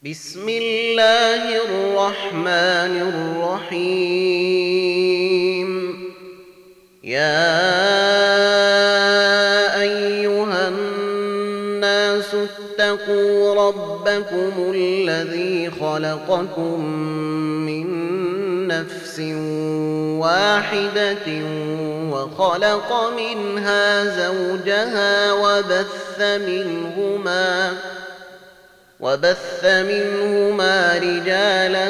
بسم الله الرحمن الرحيم. يا أيها الناس اتقوا ربكم الذي خلقكم من نفس واحدة وخلق منها زوجها وبث منهما رجالا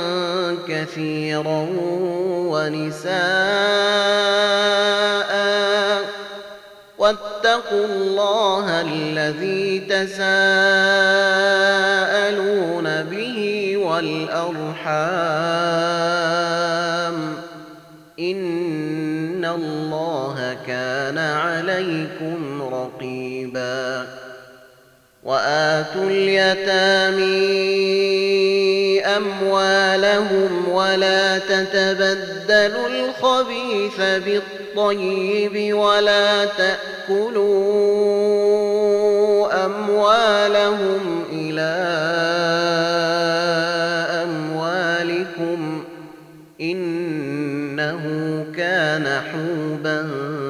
كثيرا ونساء، واتقوا الله الذي تساءلون به والأرحام، إن الله كان عليكم رقيبا. وآتوا اليتامى أموالهم ولا تتبدلوا الخبيث بالطيب ولا تأكلوا أموالهم إلى أموالكم إنه كان حوبا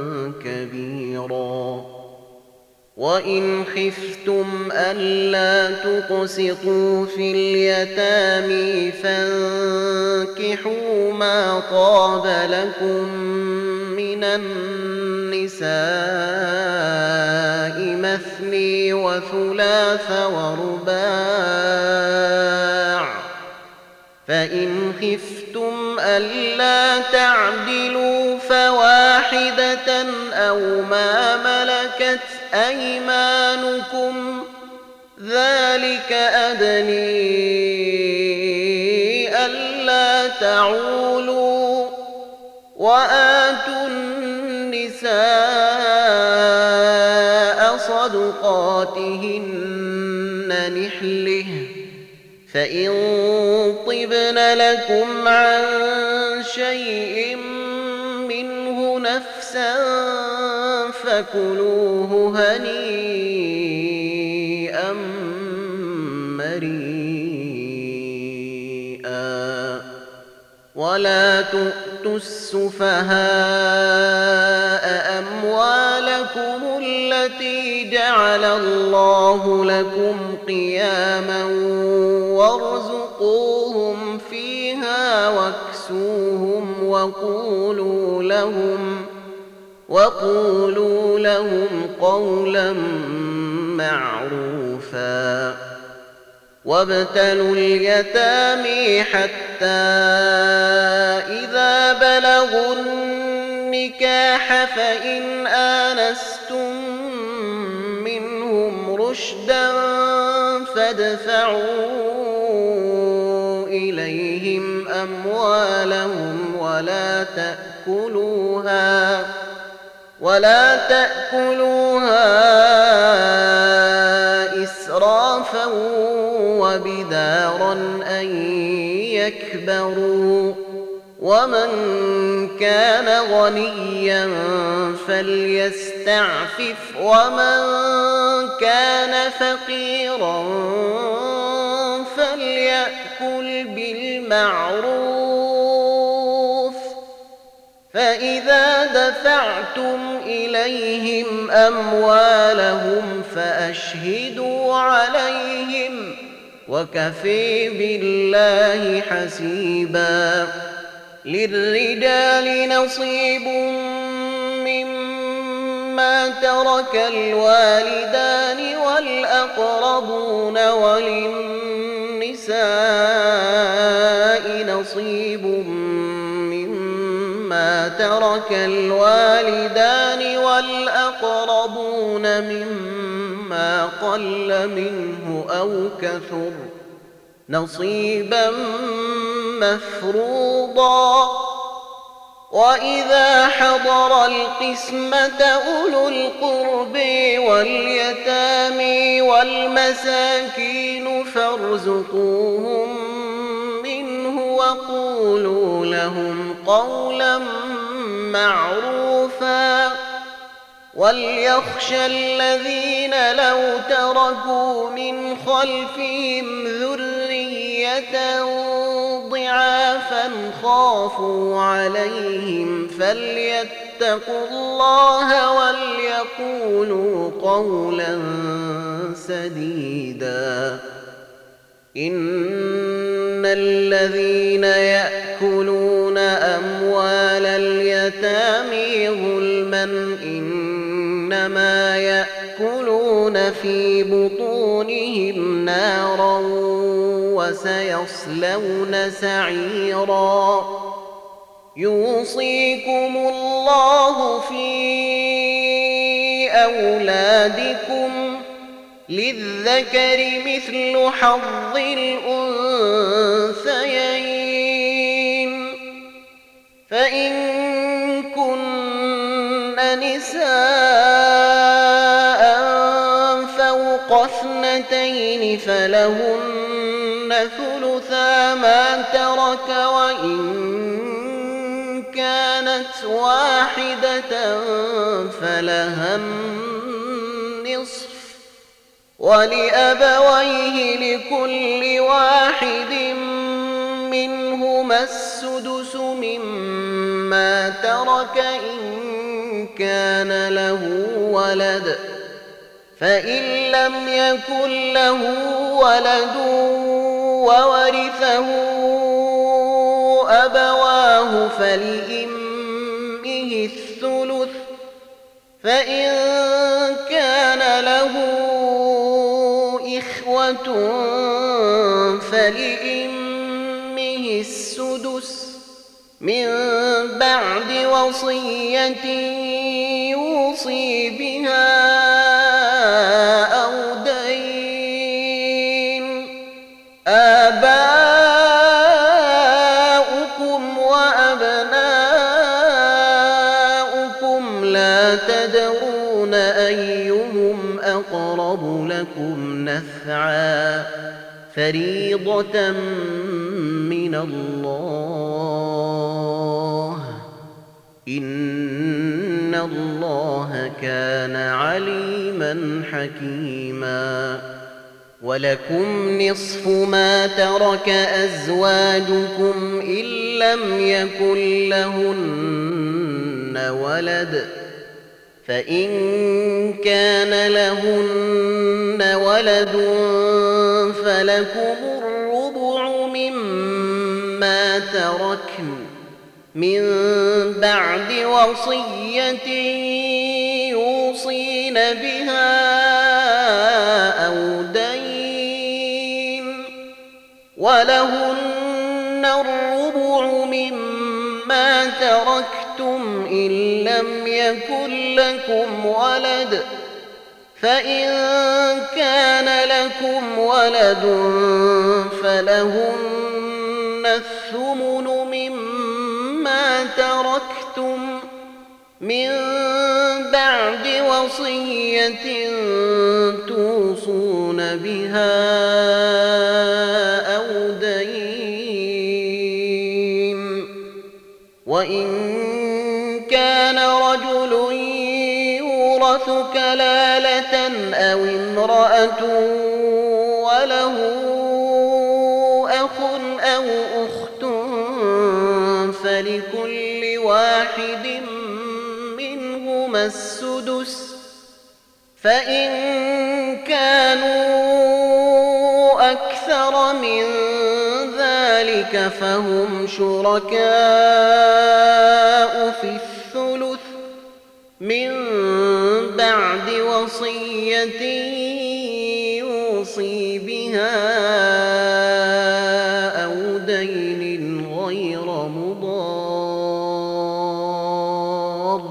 كبيرا. وإن خفتم ألا تقسطوا في اليتامى فانكحوا ما طاب لكم من النساء مثني وثلاث ورباع، فإن خفتم ألا تعدلوا فواحدة أو ما ملكت أيمانكم، ذلك أدني ألا تعولوا. وآتوا النساء صدقاتهن نحلة، فإن طبن لكم عن شيء منه نفسا فكلوه هنيئا مريئا. ولا تؤتوا السفهاء أموالكم التي جعل الله لكم قياما وارزقوهم فيها واكسوهم وقولوا لهم قولا معروفا. وابتلوا اليتامى حتى إذا بلغوا النكاح فإن آنستم منهم رشدا فادفعوا إليهم أموالهم ولا تأكلوها إسرافا وبدارا أن يكبروا. ومن كان غنيا فليستعفف ومن كان فقيرا فليأكل بالمعروف. فإذا دفعتم إليهم أموالهم فأشهدوا عليهم، وكفى بالله حسيبا. للرجال نصيب مما ترك الوالدان والأقربون، وللنساء نصيب مما ترك الوالدان والأقربون مما قل منه أو كثر، نصيبا مفروضا. وإذا حضر القسمة أولو القرب واليتامى والمساكين فارزقوهم منه وقولوا لهم قولا معروفا. وليخشى الذين لو تركوا من خلفهم ذرية ذرية ضعافا خافوا عليهم فليتقوا الله وليقولوا قولا سديدا. إن الذين يأكلون أموال اليتامى ظلما إنما يأكلون في بطونهم نارا وسيصلون سعيرا. يوصيكم الله في أولادكم للذكر مثل حظ الأنثيين، فإن كن نساء فوق اثنتين فلهن ثلثا ما ترك، وإن كانت واحدة فلها النصف، ولأبويه لكل واحد منهما السدس مما ترك إن كان له ولد، فإن لم يكن له ولد وورثه أبواه فلأمه الثلث، فإن كان له إخوة فلأمه السدس من بعد وصية يوصي بها أو دين. آباؤكم وأبناؤكم لا تدرون أيهم أقرب لكم نفعا فريضة من الله إن الله كان عليما حكيما. ولكم نصف ما ترك أزواجكم إن لم يكن لهن ولد، فإن كان لهن ولد فلكم الربع مما تركن من بعد وصية يوصين بها أو دين، ولهن الربع مما تركتم إن لم يكن لكم ولد، فإن كان لكم ولد فلهن الثمن مما تركتم من بعد وصية توصون بها أو دين. وإن كان رجل يورث كلالة أو امرأة وله أخ أو أخت فلكل واحد منهما السدس، فإن كانوا أكثر من ذلك فهم شركاء في الثلث من بعد وصية يوصي بها أو دين غير مضار،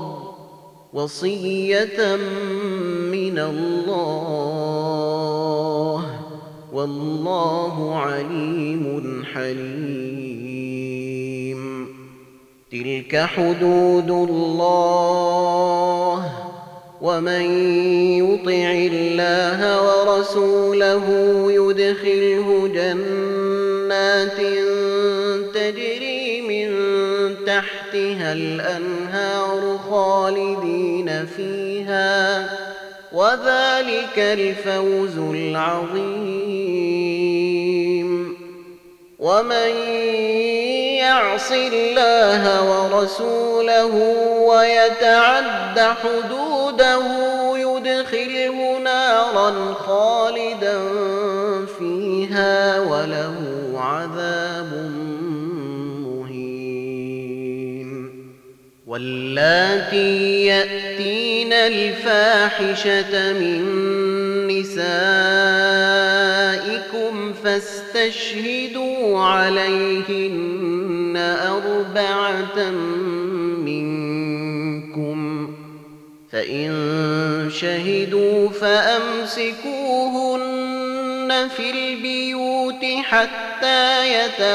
وصية من الله والله عليم حليم. تلك حدود الله ومن يطع الله ورسوله يدخله جنات تجري من تحتها الأنهار خالدين فيها وذلك الفوز العظيم. ومن يعص الله ورسوله ويتعد حدوده يدخله نارا خالدا فيها وله عذاب مهين. واللاتي يأتين الفاحشة من نسائكم فاستشهدوا عليهن 4 منكم، فإن شهدوا فأمسكوهن في البيوت حتى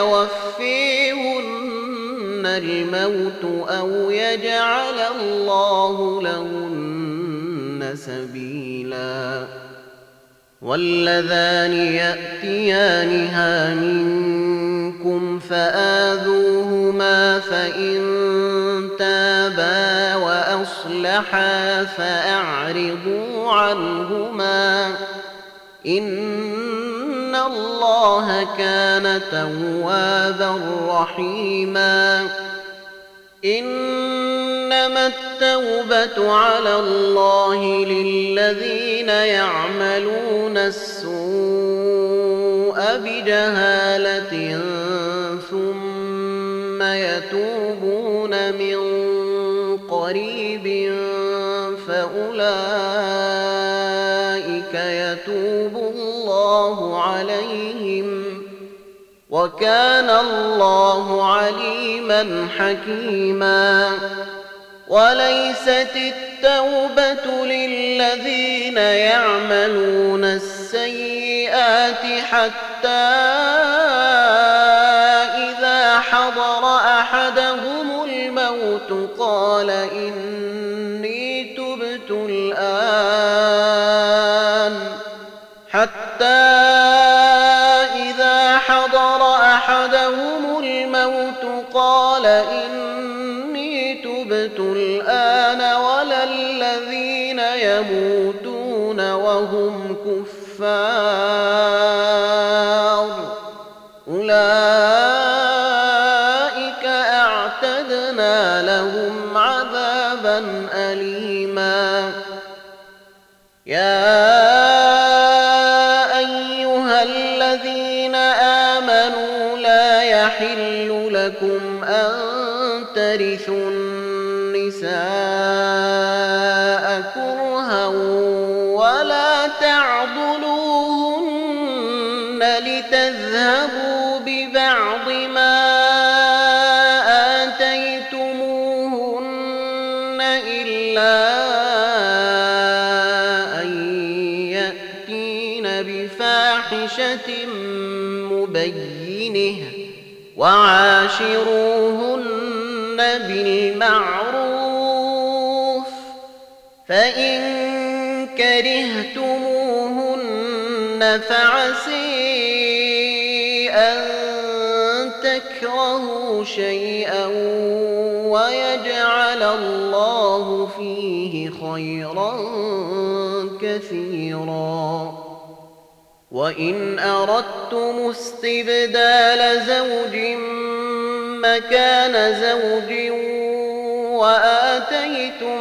يتوفيهن الموت أو يجعل الله لهن سبيلا. واللذان يأتيانها منكم فآذوهما، فإن تابا وأصلحا فأعرضوا عنهما، إن الله كان توابا رحيما. إنما التوبة على الله للذين يعملون السوء بجهالة ثم يتوبون من قريب فأولئك يتوب الله عليهم، وكان الله عليما حكيما. وليست التوبة للذين يعملون السيئات حتى إذا حضر أحدهم الموت قال إني تبت الآن، ولا الذين يموتون وهم كفار أولئك أعتدنا لهم عذابا أليما. يا أيها الذين آمنوا لا يحل لكم أن ترثوا النساء كرها ولا تعضلوهن لتذهبوا ببعض ما آتيتموهن إلا أن يأتين بفاحشة مبينة وعاشروهن بالمعروف، فإن كرهتموهن فعسي أن تكرهوا شيئا ويجعل الله فيه خيرا كثيرا. وإن أردتم استبدال زوج مكان زوج وآتيتم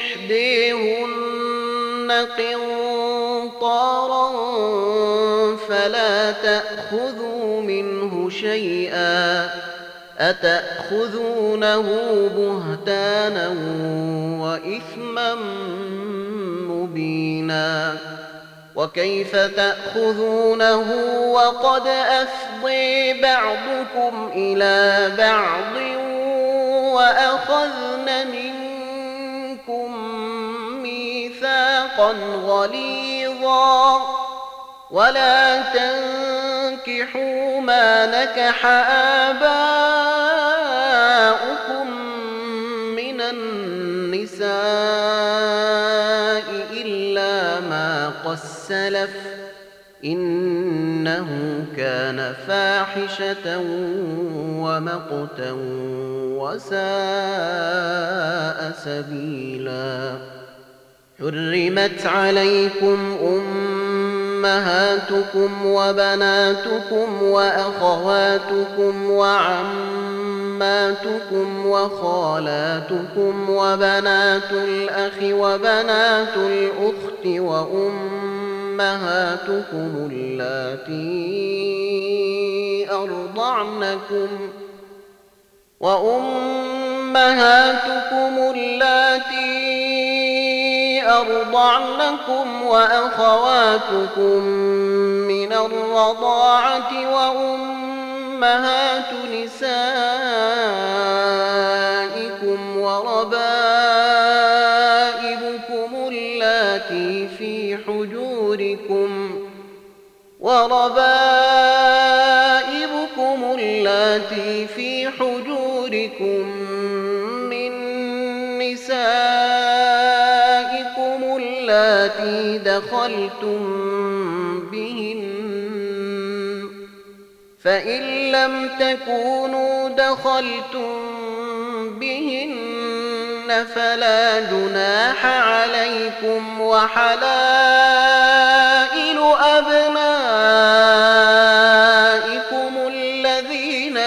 إحديهن قنطارا فلا تأخذوا منه شيئا، أتأخذونه بهتانا وإثما مبينا. وكيف تأخذونه وقد أفضي بعضكم إلى بعض وأخذن منكم ميثاقا غليظا. ولا تنكحوا ما نكح آباؤكم من النساء إلا ما قد سلف إنه كان فاحشة ومقتا وساء سبيلا. حرمت عليكم أمهاتكم وبناتكم وأخواتكم وعماتكم وخالاتكم وبنات الأخ وبنات الأخت وأمهاتكم اللاتي أرضعنكم وأخواتكم من الرضاعة وأمهات نسائكم وربائبكم اللاتي في حجوركم من نسائكم اللاتي دخلتم بهن، فإن لم تكونوا دخلتم بهن فلا جناح عليكم، وحلائل أبنائكم الذين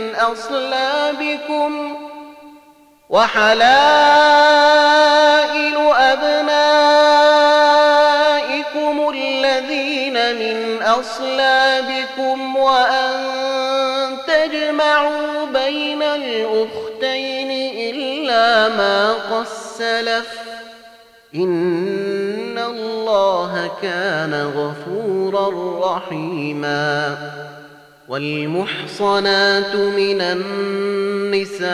من أصلابكم وأن تجمعوا بين الأختين إلا ما قد سلف، إن الله كان غفورا رحيما. والمحصنات من النساء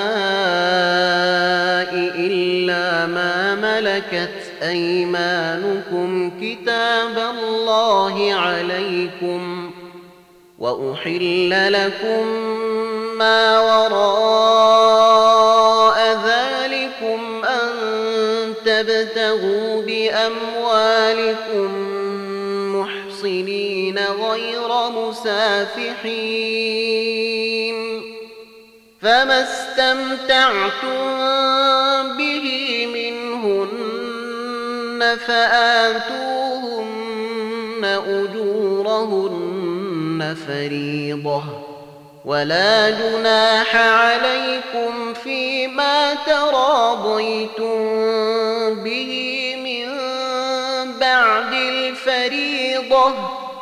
إلا ما ملكت أيمانكم كتاب الله عليكم، وأحل لكم ما وراء ذلكم أن تبتغوا بأموالكم محصنين غير مسافحين، فما استمتعتم به منهن فآتوهن أجورهن فريضة، ولا جناح عليكم فيما تراضيتم به من بعد الفريضة،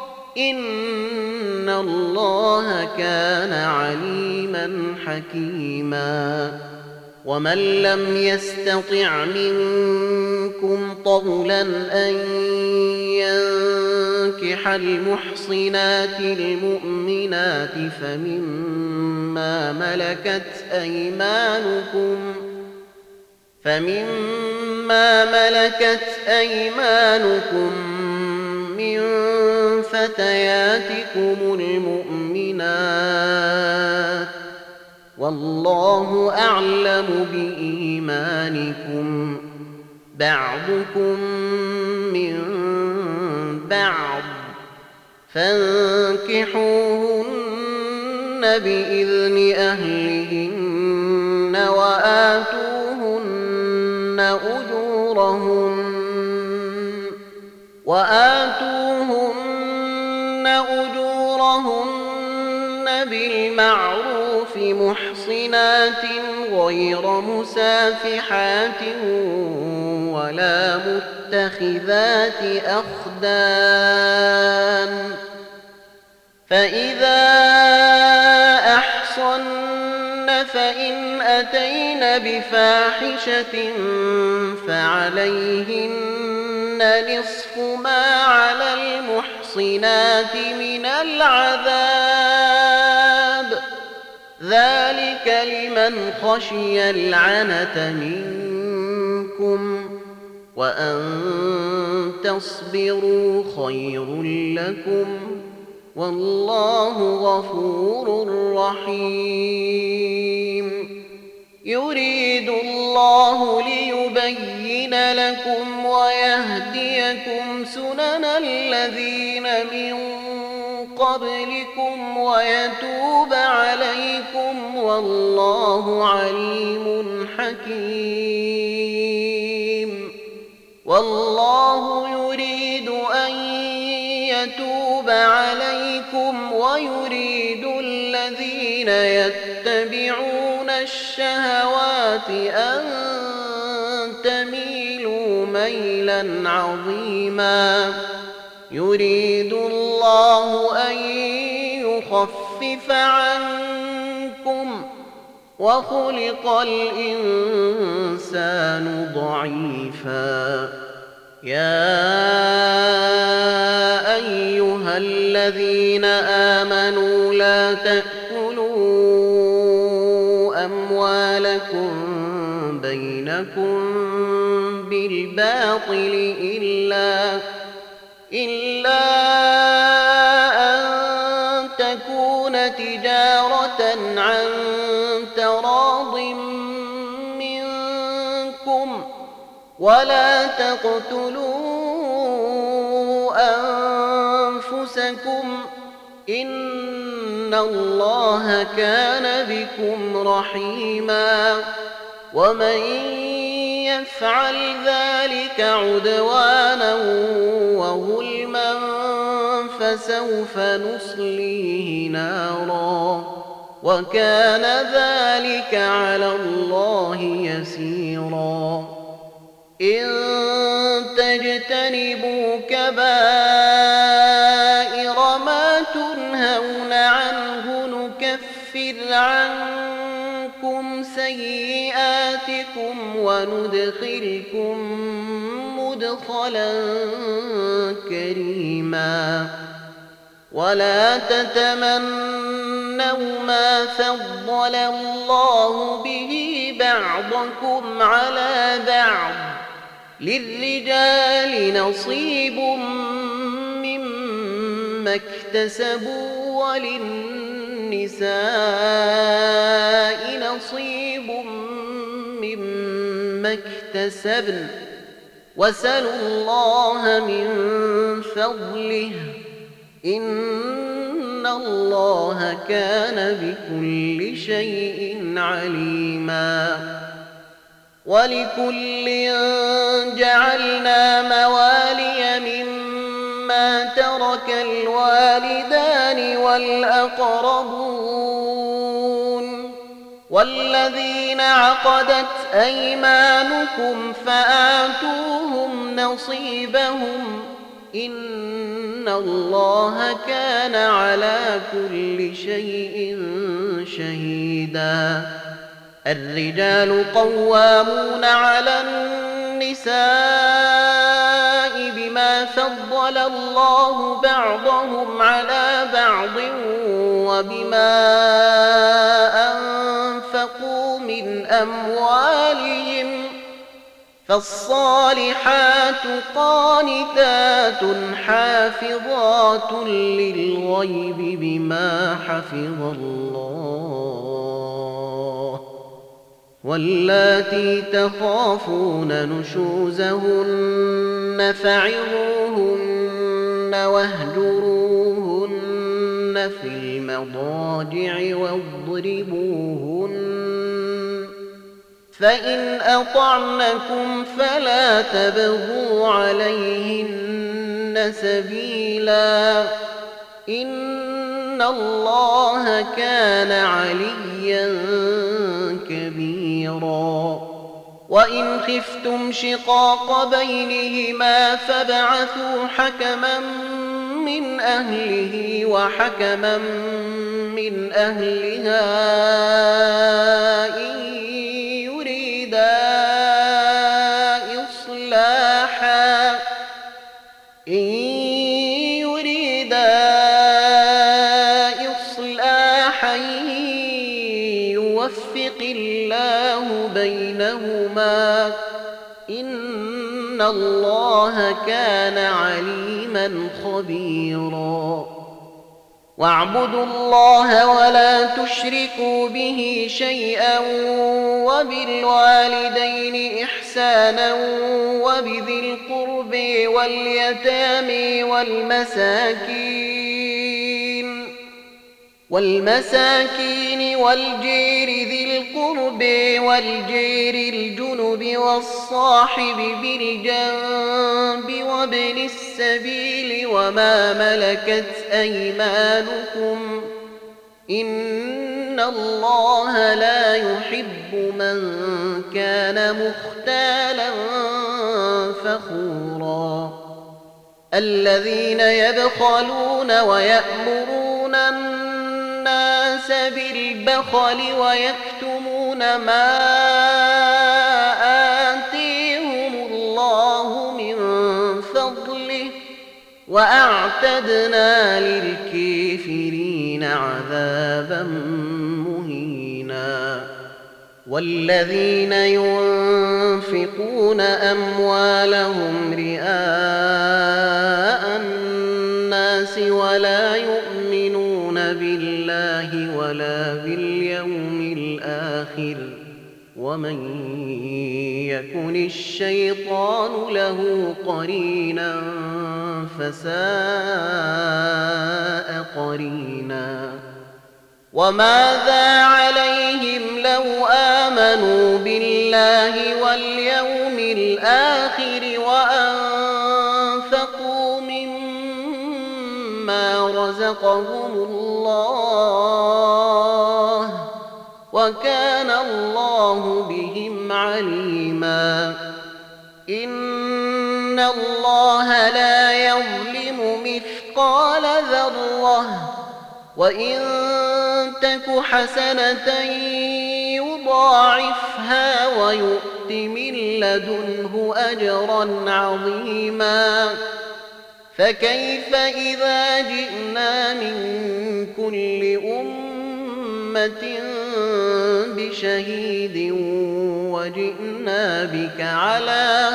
إن الله كان عليما حكيما. ومن لم يستطع منكم طولا أن ينكح المحصنات المؤمنات فمما ملكت أيمانكم من فتياتكم المؤمنات، والله أعلم بإيمانكم، بعضكم من بعض، فانكحوهن بإذن أهلهن وآتوهن أجورهن بالمعروف محصنات غير مسافحات ولا متخذات أخدان، فإذا أحصن فإن أتين بفاحشة فعليهن نصف ما على المحصنات من العذاب، ذلك لمن خشي العنة منكم، وأن تصبروا خير لكم، والله غفور رحيم. يريد الله ليبين لكم ويهديكم سنن الذين من قبلكم ويتوب عليكم، والله عليم حكيم. والله يريد أن عليكم ويريد الذين يتبعون الشهوات أن تميلوا ميلا عظيما يريد الله أن يخفف عنكم وخلق الإنسان ضعيفا يا أيها الذين آمنوا لا تأكلوا أموالكم بينكم بالباطل إلا أن تكون تجارة عن تراض منكم ولا تقتلوا أنفسكم إن الله كان بكم رحيما ومن يفعل ذلك عدوانا وظلما فسوف نصليه نارا وكان ذلك على الله يسيرا إن تجتنبوا كبائر ما تنهون عنه نكفر عنكم سيئاتكم وندخلكم مدخلا كريما ولا تتمنوا ما فضل الله به بعضكم على بعض للرجال نصيب مما اكتسبوا وللنساء نصيب مما اكتسبن واسألوا الله من فضله إن الله كان بكل شيء عليما ولكل جعلنا موالي مما ترك الوالدان والأقربون والذين عقدت أيمانكم فآتوهم نصيبهم إن الله كان على كل شيء شهيدا الرجال قوامون على النساء بما فضل الله بعضهم على بعض وبما أنفقوا من أموالهم فالصالحات قانتات حافظات للغيب بما حفظ الله واللاتي تخافون نشوزهن فعظوهن واهجروهن في المضاجع واضربوهن فإن أطعنكم فلا تبغوا عليهن سبيلا إن الله كان عليا كبيرا وإن خفتم شقاق بينهما فابعثوا حكما من أهله وحكما من أهلها إن يريدا إصلاحا يوفق الله بينهما إن الله كان عليما خبيرا واعبدوا الله ولا تشركوا به شيئا وبالوالدين إحسانا وبذي القرب واليتامى والمساكين والجير ذي القرب القرب والجير الجنب والصاحب بالجنب وابن السبيل وما ملكت أيمانكم إن الله لا يحب من كان مختالا فخورا الذين يبخلون ويأمرون الناس بالبخل ويكتمون ما آتيهم الله من فضله وأعتدنا للكافرين عذابا مهينا والذين ينفقون أموالهم رئاء الناس ولا يؤمنون بالله ولا باليوم الآخر ومن يكن الشيطان له قرينا فساء قرينا وماذا عليهم لو آمنوا بالله واليوم الآخر وأنفقوا مما رزقهم الله وكان الله بهم عليما إن الله لا يظلم مثقال ذرة وإن تك حسنة يضاعفها ويؤت من لدنه أجرا عظيما فكيف إذا جئنا من كل أمة بشهيد وجئنا بك على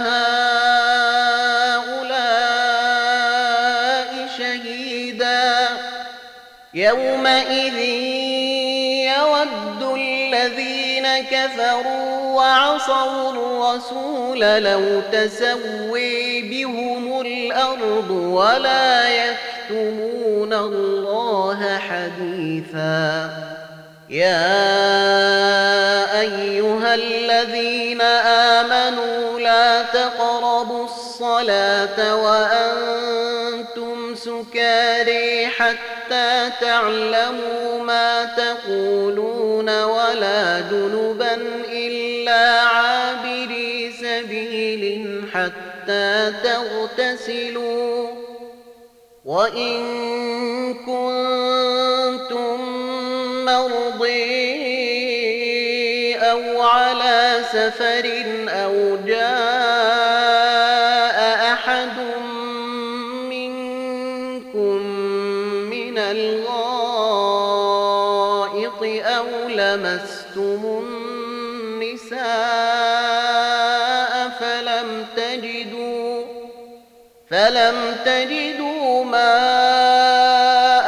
هؤلاء شهيدا يومئذ يود الذين كفروا وعصوا الرسول لو تسوي بهم الأرض ولا يكتمون الله حديثا يا أيها الذين آمنوا لا تقربوا الصلاة وأنتم سكارى حتى تعلموا ما تقولون ولا جنبا إلا عابري سبيل حتى تغتسلوا وإن كنتم مرضي أو على سفر أو جاء أحد منكم من الغائط أو لمستم النساء فلم تجدوا ماء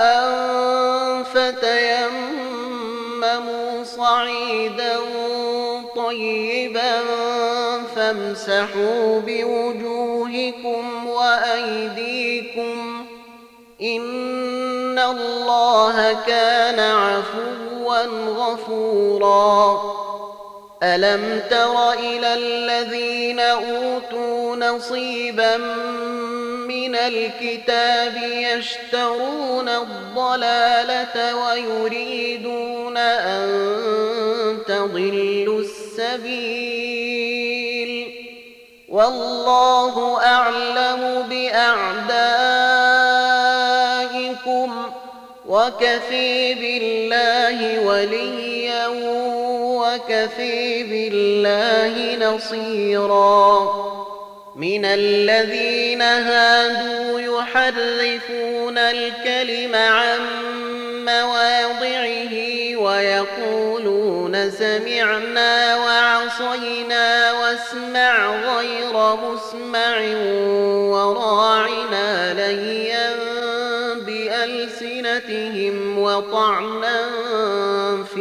فتيمموا صعيدا طيبا فامسحوا بوجوهكم وأيديكم إن الله كان عفوا غفورا ألم تر إلى الذين أوتوا نصيبا من الكتاب يشترون الضلالة ويريدون أن تضلوا السبيل والله أعلم بأعدائكم وكفي بالله وليا وكفي بالله نصيرا من الذين هادوا يحرفون الكلم عن مواضعه ويقولون سمعنا وعصينا واسمع غير مسمع وراعنا ليا بألسنتهم وطعنا في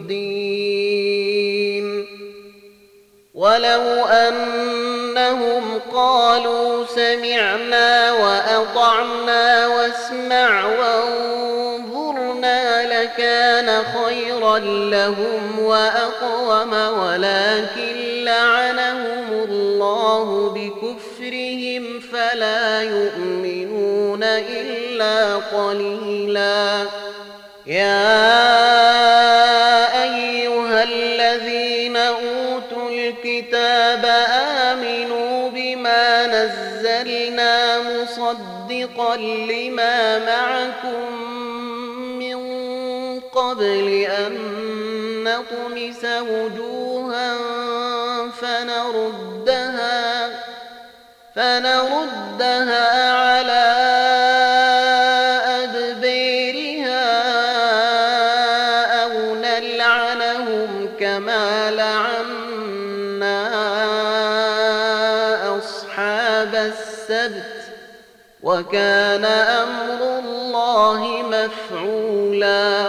الدين ولو أنهم قالوا سمعنا وأطعنا واسمع وانظرنا لكان خيرا لهم وأقوم ولكن لعنهم الله بكفرهم فلا يؤمنون إلا قليلا. يا أيها الذين أوتوا الكتاب آمنوا بما نزلنا مصدقا لما معكم من قبل أن نطمس وجوها فنردها على أدبيرها أو نلعنهم كما لعنا أصحاب السبت وكان أمر الله مفعولا.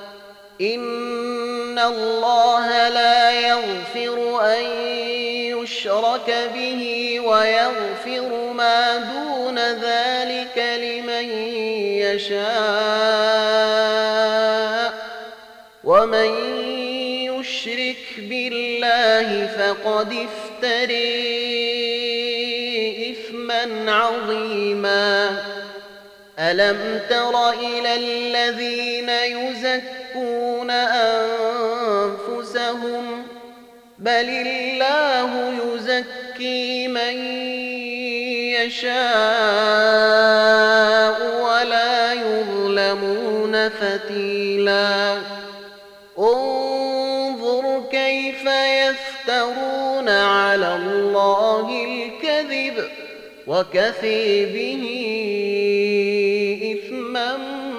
إن الله لا يغفر أن يشرك به ويغفر ما دون ذلك لمن يشاء ومن يشرك بالله فقد افتري إثما عظيما. ألم تر إلى الذين يزكون أنفسهم بل الله يزكي من يشاء ولا يظلمون فتيلا. انظر كيف يفترون على الله الكذب وكفى به إثما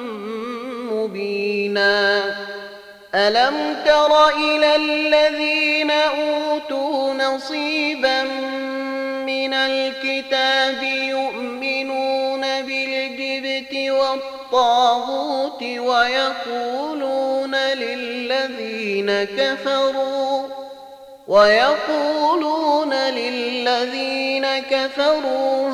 مبينا. ألم تر إلى الذين أوتوا نصيبا من الكتاب يؤمنون بالجبت والطاغوت ويقولون للذين كفروا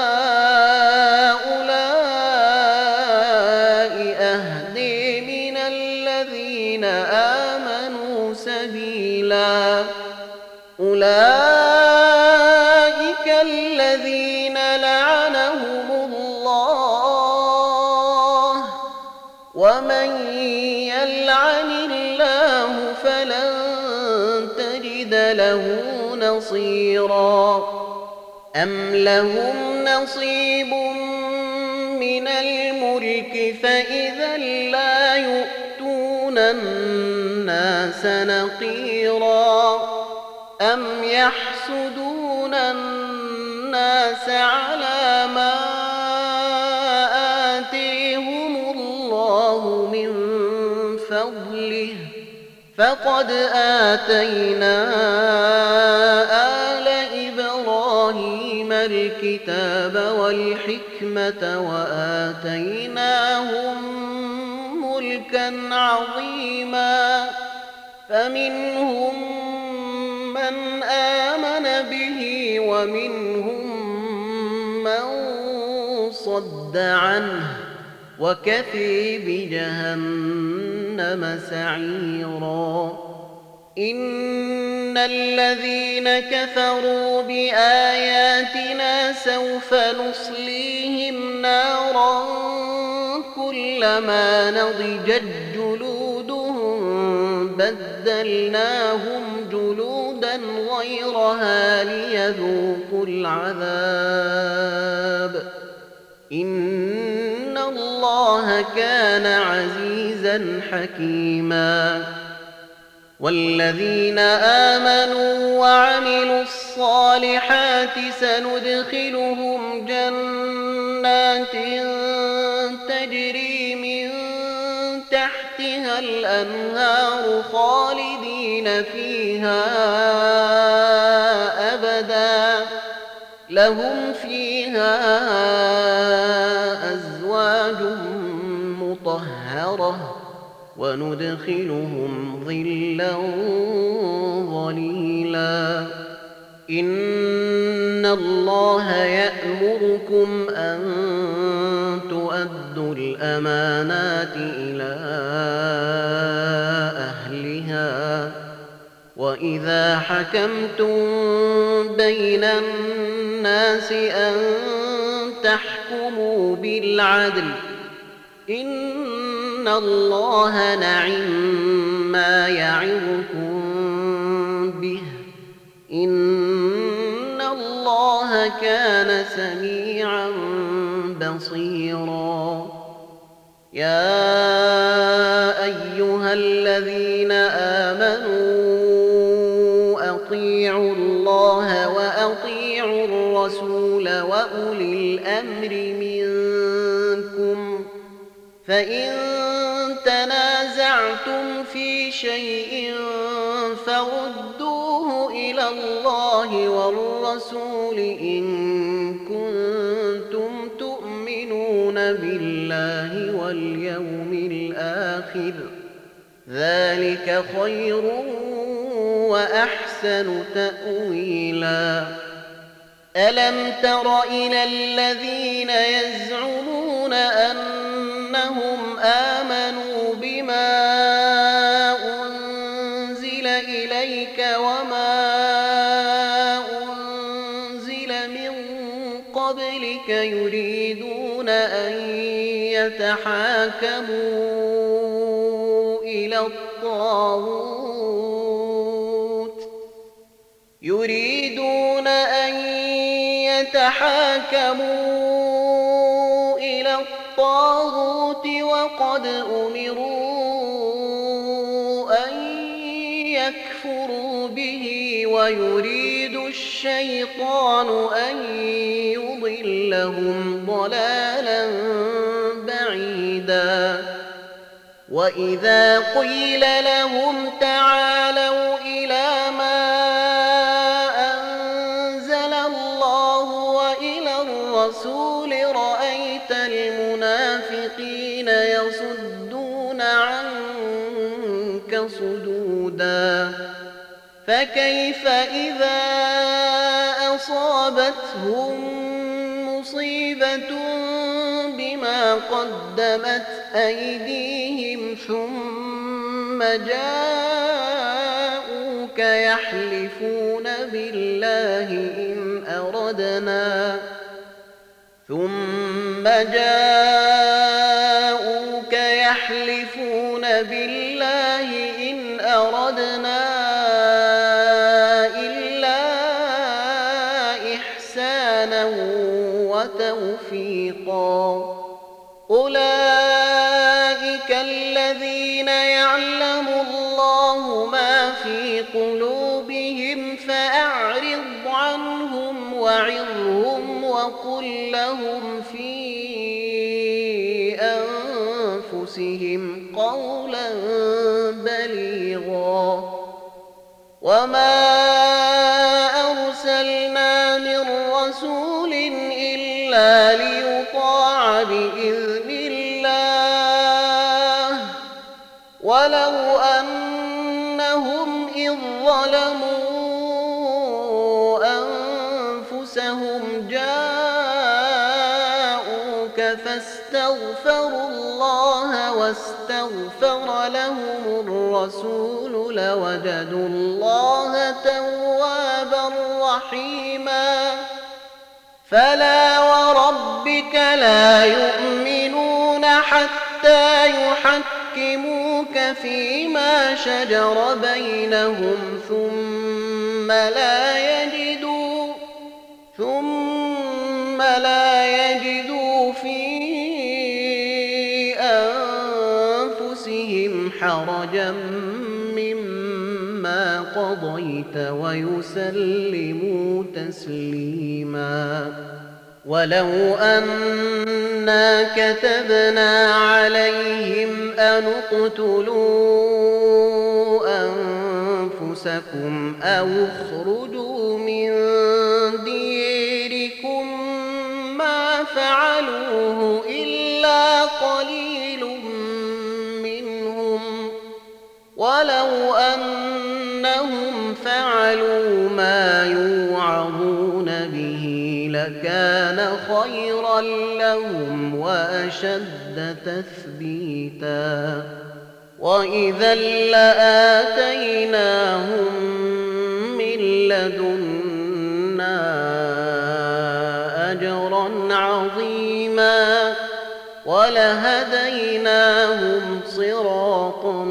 هؤلاء أهدي من الذين آمنوا سبيلا. أولئك الذين لعنهم الله ومن يلعن الله فلن تجد له نصيرا. أم لهم نصيب من الملك فإذا لا يؤتون الناس نقيرا. أم يحسدون الناس على ما آتيهم الله من فضله فقد آتينا آل إبراهيم الكتاب والحكمة وآتيناهم ملكا عظيما. فمنهم من آمن به ومنهم من صد عنه وكفى بجهنم سعيرا. إن الذين كفروا بآياتنا سوف نصليهم نارا كلما نضجت جلودهم بدلناهم جلودا غيرها ليذوقوا العذاب إن الله كان عزيزا حكيما. والذين آمنوا وعملوا الصالحات سندخلهم جنات تجري من تحتها الأنهار خالدين فيها أبدا لهم فيها أزواج مطهرة وندخلهم ظلا ظليلا. إن الله يأمركم أن تؤدوا الأمانات إلى أهلها وإذا حكمتم بين الناس أن تحكموا بالعدل إن الله نعم-ما يعظكم به إن الله كان سميعا بصيرا. يا أيها الذين آمنوا أطيعوا الله وأطيعوا الرسول وأولي الأمر منكم فإن تنازعتم في شيء فردوه إلى الله والرسول إن كنتم تؤمنون بالله واليوم الآخر ذلك خير وأحسن تأويلا. ألم تر إلى الذين يزعمون أنهم آمنوا بما أنزل إليك وما أنزل من قبلك يريدون أن يتحاكموا إلى الطاغوت وقد أمروا أن يكفروا به ويريد الشيطان أن يضلهم ضلالا بعيدا. وإذا قيل لهم تعالوا إلى ما أنزل الله وإلى الرسول رأيت المنافقين يصدون عنك صدودا. فكيف إذا أصابتهم مصيبة بما قدمت أيديهم ثم جاءوك يحلفون بالله إن أردنا إلا إحسانا وتوفيقا. أولئك الذين يعلم الله ما في قلوبهم فأعرض عنهم وعظهم وقل لهم في أنفسهم قولا بليغا. وما أرسلنا من رسول إلا ليطاع بإذن الله ولو أنهم إذ ظلموا أنفسهم جاءوك فاستغفروا الله واستغفر لهم الرسول لوجدوا الله توابا رحيما. فلا وربك لا يؤمنون حتى يحكموك فيما شجر بينهم ثم لا يجدوا في أنفسهم حرجا مما قضيت ويسلموا تسليما. ولو أنا كتبنا عليهم أن اقتلوا أنفسكم أو اخرجوا من ديركم ما فعلوه إلا قليل منهم ولو أنهم فعلوا ما يوعظون به لكان خيرا لهم وأشد تثبيتا وإذا لآتيناهم من لدنا أجرا عظيما ولهديناهم صراطا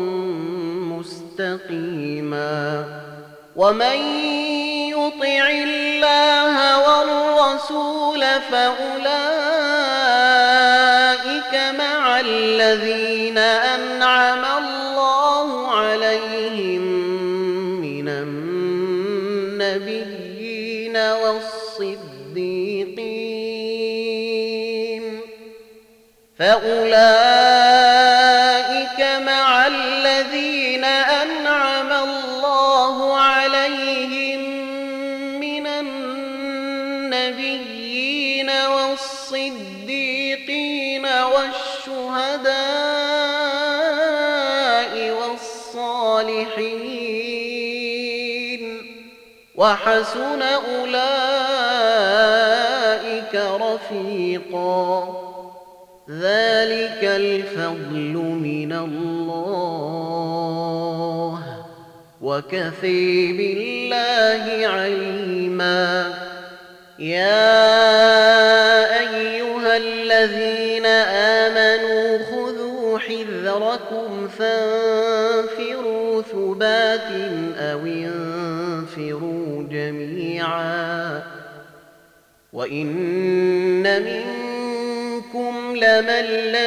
مستقيما ومن يطع الله والرسول فأولئك مع الذين أنعم الله عليهم من النبيين والصديقين أنعم الله عليهم من النبيين والصديقين والشهداء والصالحين وحسن أولئك رفيقا ذلك الفضل من الله وكفى بالله عليما يا أيها الذين آمنوا خذوا حذركم فانفروا ثبات أو انفروا جميعا وإن منكم لمن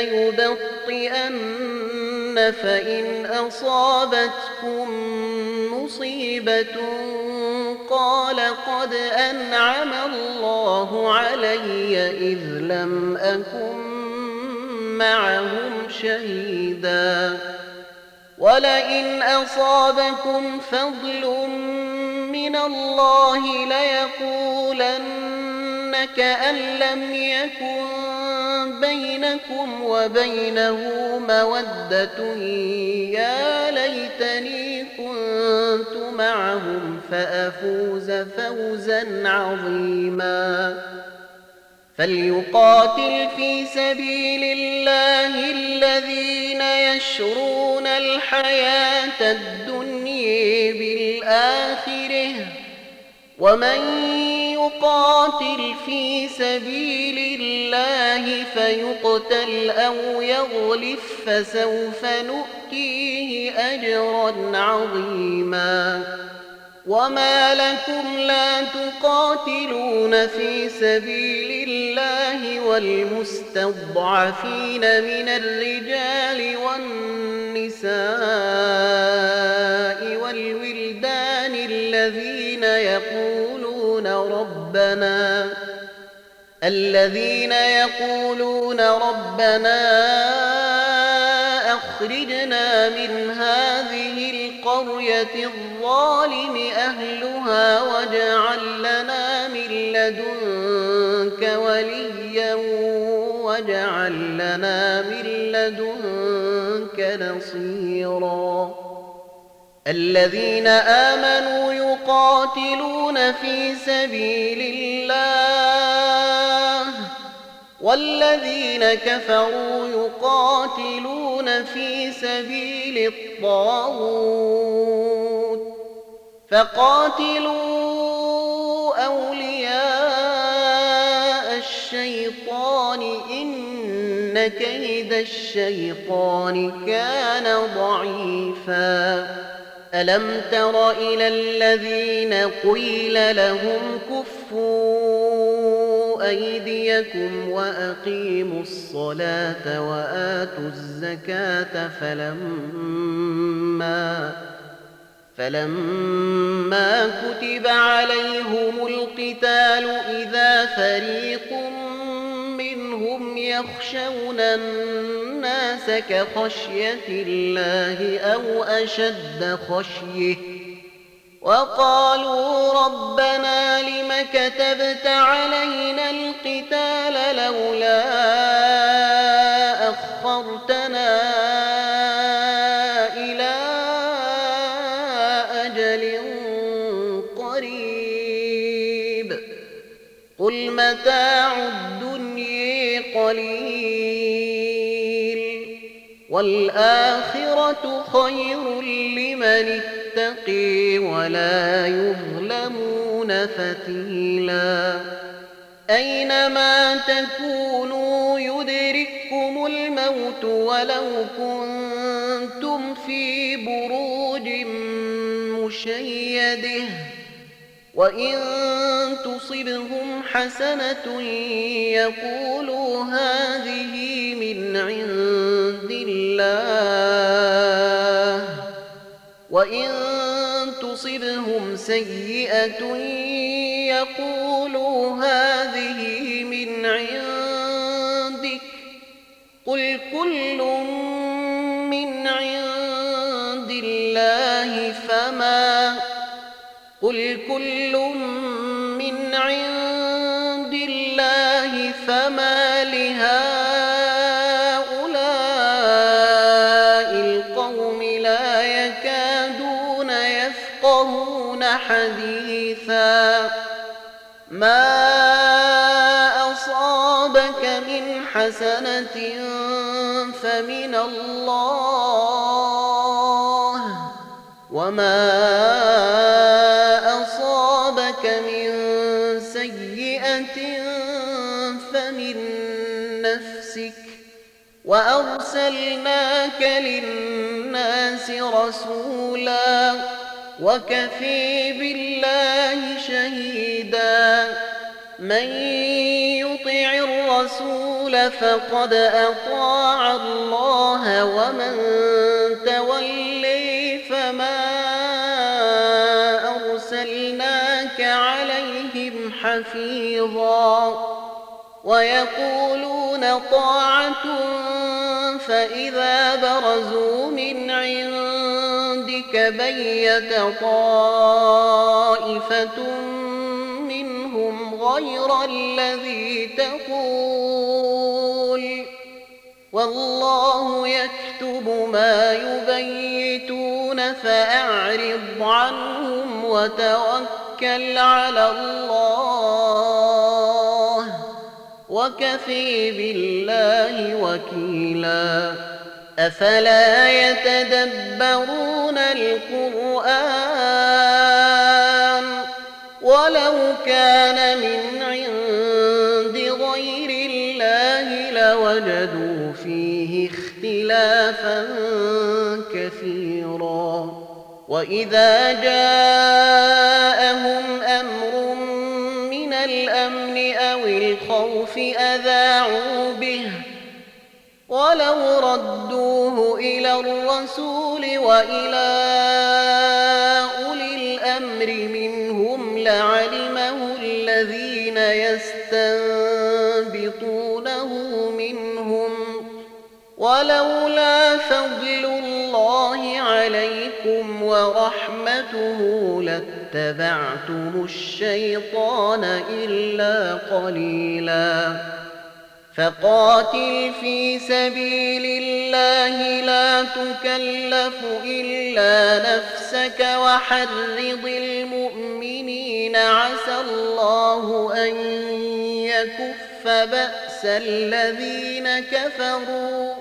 ليبطئن فإن أصابتكم مصيبة قال قد أنعم الله علي إذ لم أكن معهم شهيدا ولئن أصابكم فضل من الله ليقولن كأن لم يكن بينكم وبينه مودة يا ليتني كنت معهم فأفوز فوزا عظيما فليقاتل في سبيل الله الذين يشرون الحياة الدنيا بالآخرة ومن يقاتل في سبيل الله فيقتل أو يغلف فسوف نؤتيه أجرا عظيما وما لكم لا تقاتلون في سبيل الله والمستضعفين من الرجال والنساء والولدان الذين يقولون ربنا أخرجنا من هذه القرية الظالم أهلها واجعل لنا من لدنك وليا واجعل لنا من لدنك نصيرا الذين آمنوا يقاتلون في سبيل الله والذين كفروا يقاتلون في سبيل الطاغوت فقاتلوا أولياء الشيطان إن كيد الشيطان كان ضعيفا ألم تر إلى الذين قيل لهم كفوا أيديكم وأقيموا الصلاة وآتوا الزكاة فلما كتب عليهم القتال إذا فريق منهم يخشون الناس كخشية الله أو أشد خشية وقالوا ربنا لم كتبت علينا القتال لولا أخرتنا إلى أجل قريب قل متاع الدنيا قليل والآخرة خير لمن اتقي ولا يظلمون فتيلا أينما تكونوا يدرككم الموت ولو كنتم في بروج مشيده وإن تصبهم حسنة يقولوا هذه من عند الله وإن تصبهم سيئة يقولوا هذه من عندك قل كل من عند الله فما لهؤلاء القوم لا يكادون يفقهون حديثا ما أصابك من حسنة فمن الله وما أصابك من سيئة فمن نفسك وأرسلناك للناس رسولا وكفى بالله شهيدا من يطع الرسول فقد أطاع الله ومن تولي فما أرسلناك عليهم حفيظا ويقولون طاعة فإذا برزوا من عندك بيت طائفة منهم غير الذي تقول والله يكتب ما يبيتون فأعرض عنهم وتوكل على الله وكفى بالله وكيلا أفلا يتدبرون القرآن ولو كان من عند غير الله لوجدوا فيه اختلافا كثيرا وإذا جاءهم أمر من الأمن أو الخوف أذاعوا به ولو ردوه إلى الرسول وإلى أولي الأمر منهم لعلمه الذين يستنبطونه منهم ولولا فضل الله عليكم ورحمته لاتبعتم الشيطان إلا قليلا فقاتل في سبيل الله لا تكلف إلا نفسك وحرض المؤمنين عسى الله أن يكف بأس الذين كفروا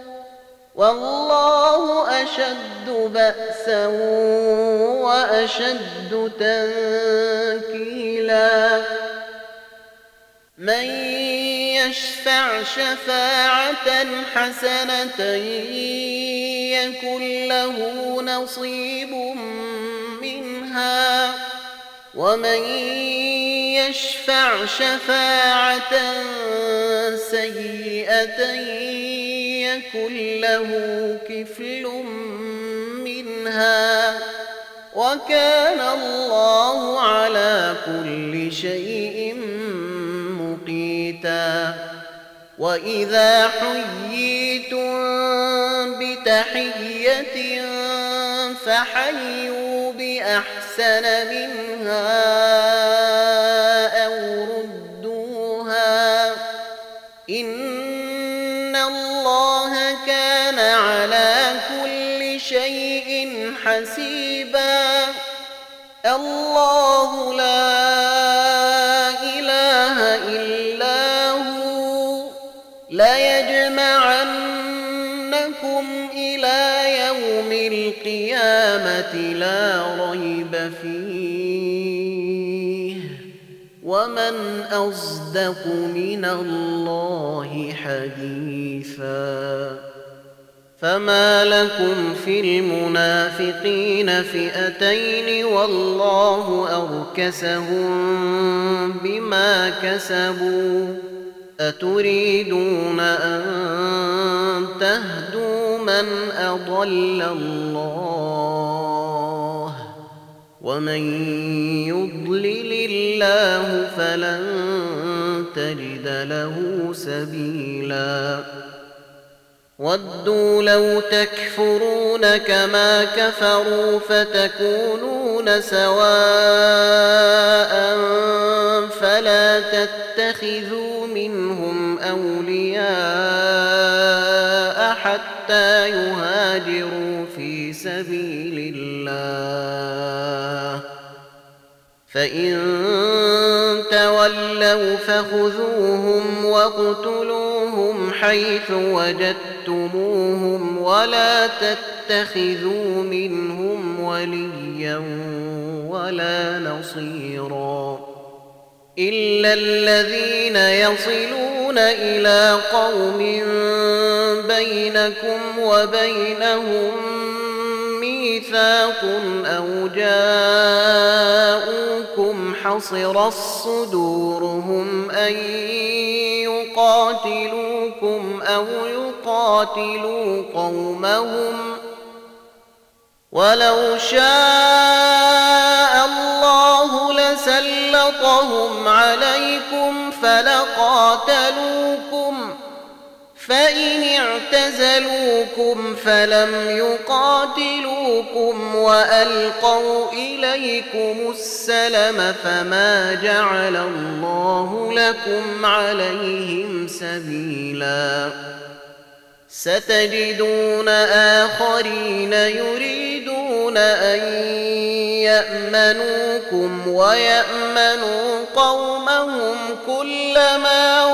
والله أشد بأسا وأشد تنكيلا من يشفع شفاعة حسنة يكن له نصيب منها ومن يشفع شفاعة سيئة يكن له كفل منها وكان الله على كل شيء مقيتا وإذا حييتم بتحية فحيوا بأحسن منها أو ردوها إن الله كان على كل شيء حسيبا الله لا إله إلا ليجمعنكم إلى يوم القيامة لا ريب فيه ومن أصدق من الله حديثا فما لكم في المنافقين فئتين والله أركسهم بما كسبوا أتريدون أن تهدوا من أضل الله ومن يضلل الله فلن تجد له سبيلا ودوا لو تكفرون كما كفروا فتكونون سواء فلا تتخذوا منهم أولياء حتى يهاجروا في سبيل الله فإن تولوا فخذوهم واقتلوهم حيث وجدتموهم ولا تتخذوا منهم وليا ولا نصيرا إلا الذين يصلون إلى قوم بينكم وبينهم ميثاق أو جاءوكم حصرت صدورهم أن يقاتلوكم أو يقاتلوا قومهم ولو شاء الله لسلطهم عليكم فلقاتلوكم فإن اعتزلوكم فلم يقاتلوكم وألقوا إليكم السلم فما جعل الله لكم عليهم سبيلا ستجدون آخرين يريدون أن يأمنوكم ويأمنوا قومهم كلما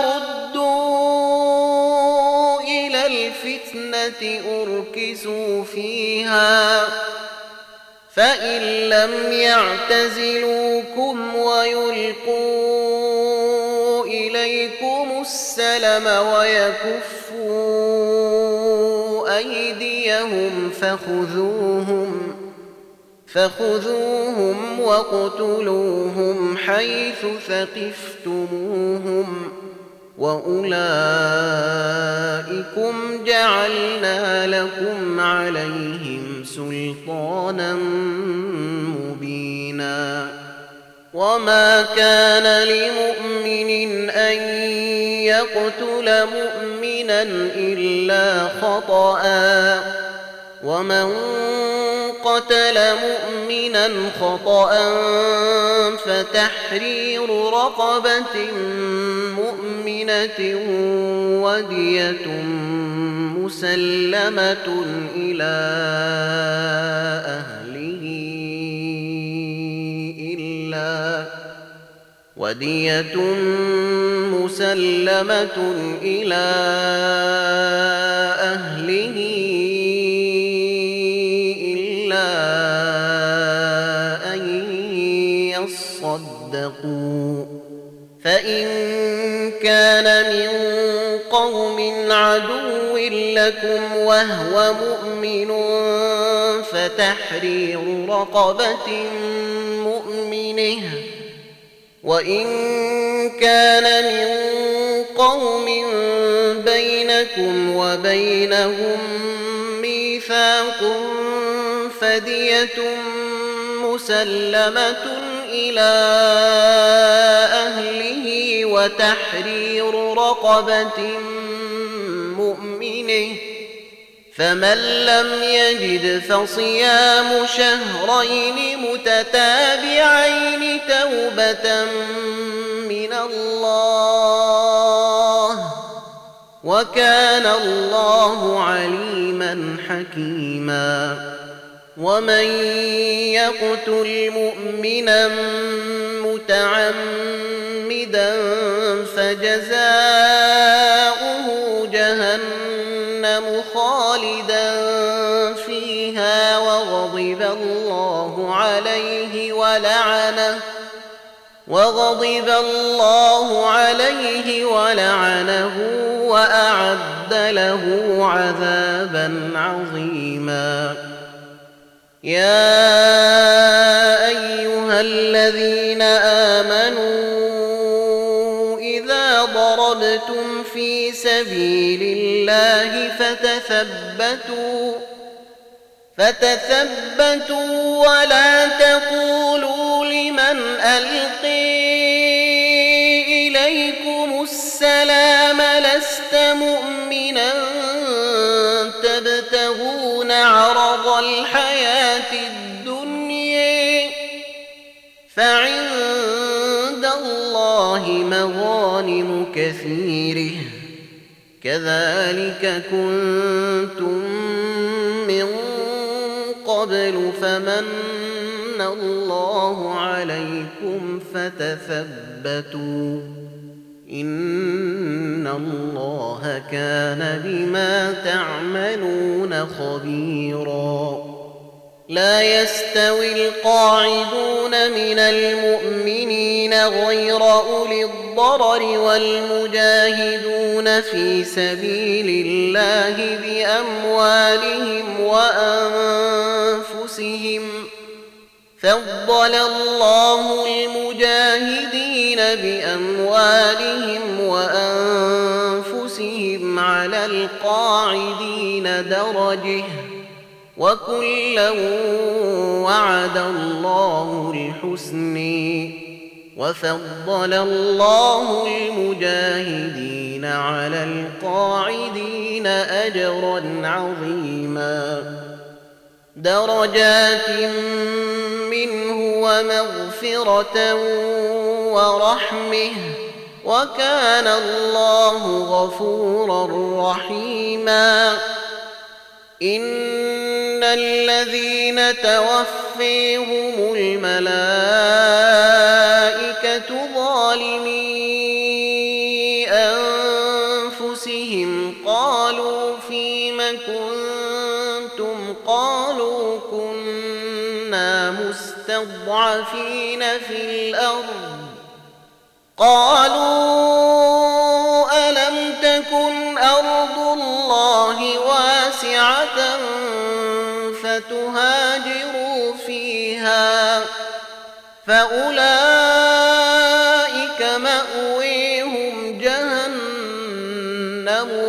ردوا إلى الفتنة أركسوا فيها فإن لم يعتزلوكم ويلقوا إليكم السلم ويكفوا أيديهم فخذوهم واقتلوهم حيث ثقفتموهم وأولئكم جعلنا لكم عليهم سلطانا مبينا وما كان لمؤمن أن يقتل مؤمنا إلا خطأ ومن قتل مؤمنا خطأ فتحرير رقبة مؤمنة ودية مسلمة إلى أهله إلا أن يصدقوا فإن كان من قوم عدو لكم وهو مؤمن فتحرير رقبة مؤمنة وإن كان من قوم بينكم وبينهم ميثاق فدية مسلمة إلى أهله وتحرير رقبة مؤمنة فمن لم يجد فصيام شهرين متتابعين توبة من الله وكان الله عليما حكيما ومن يقتل مؤمنا متعمدا فجزاؤه وغضب الله عليه ولعنه وأعد له عذابا عظيما. يا أيها الذين آمنوا إذا ضربتم في سبيل الله فتثبتوا ولا تقولوا لمن ألقي إليكم السلام لست مؤمنا تبتغون عرض الحياة الدنيا فعند الله مغانم كثيرة كذلك كنتم من قبل فمن الله عليكم فتثبتوا إن الله كان بما تعملون خبيرا. لا يستوي القاعدون من المؤمنين غير أولي الضرر والمجاهدون في سبيل الله بأموالهم وأنفسهم فضل الله المجاهدين بأموالهم وأنفسهم على القاعدين درجة وكلا وعد الله الحسن وفضل الله المجاهدين على القاعدين أجرا عظيما. درجات منه ومغفرة ورحمة وكان الله غفورا رحيما. إن الذين توفيهم الملائكة ظالمي أنفسهم قالوا فيم كنتم قالوا كنا مستضعفين في الأرض قالوا ألم تكن أرض الله واسعة فتهاجروا فيها فأولئك مأويهم جهنم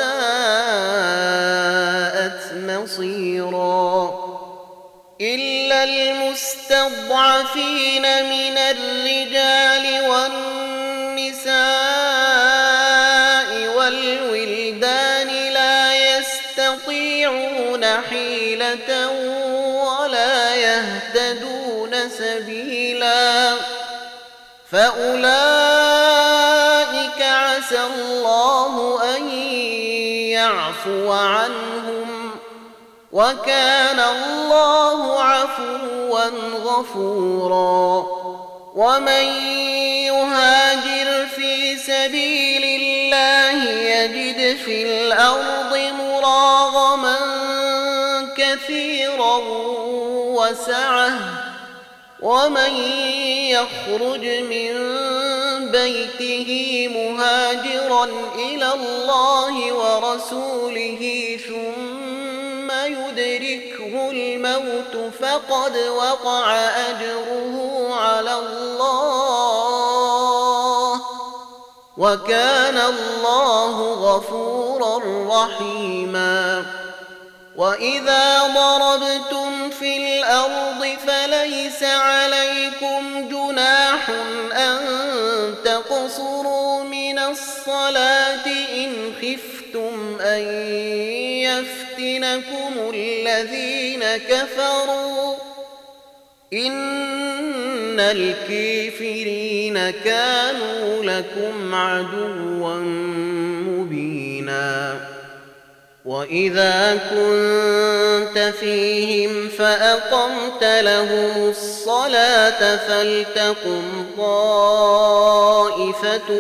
وساءت مصيرا. إلا المستضعفين من الرجال والنساء والولدان لا يستطيعون حيلة ولا يهتدون سبيلا فأولئك عسى الله أن يعفو عنهم وكان الله عفوا غفورا. ومن يهاجر في سبيل الله يجد في الأرض مراغما كثيرا وسعة ومن يخرج من بيته مهاجرا إلى الله ورسوله ثم يدركه الموت فقد وقع أجره على الله وكان الله غفورا رحيما. وإذا ضربتم في الأرض فليس عليكم جناح أن تقصروا من الصلاة إن خفتم أن يفتنكم الذين كفروا إن الكافرين كانوا لكم عدوا مبينا. وإذا كنت فيهم فأقمت لهم الصلاة فلتقم طائفة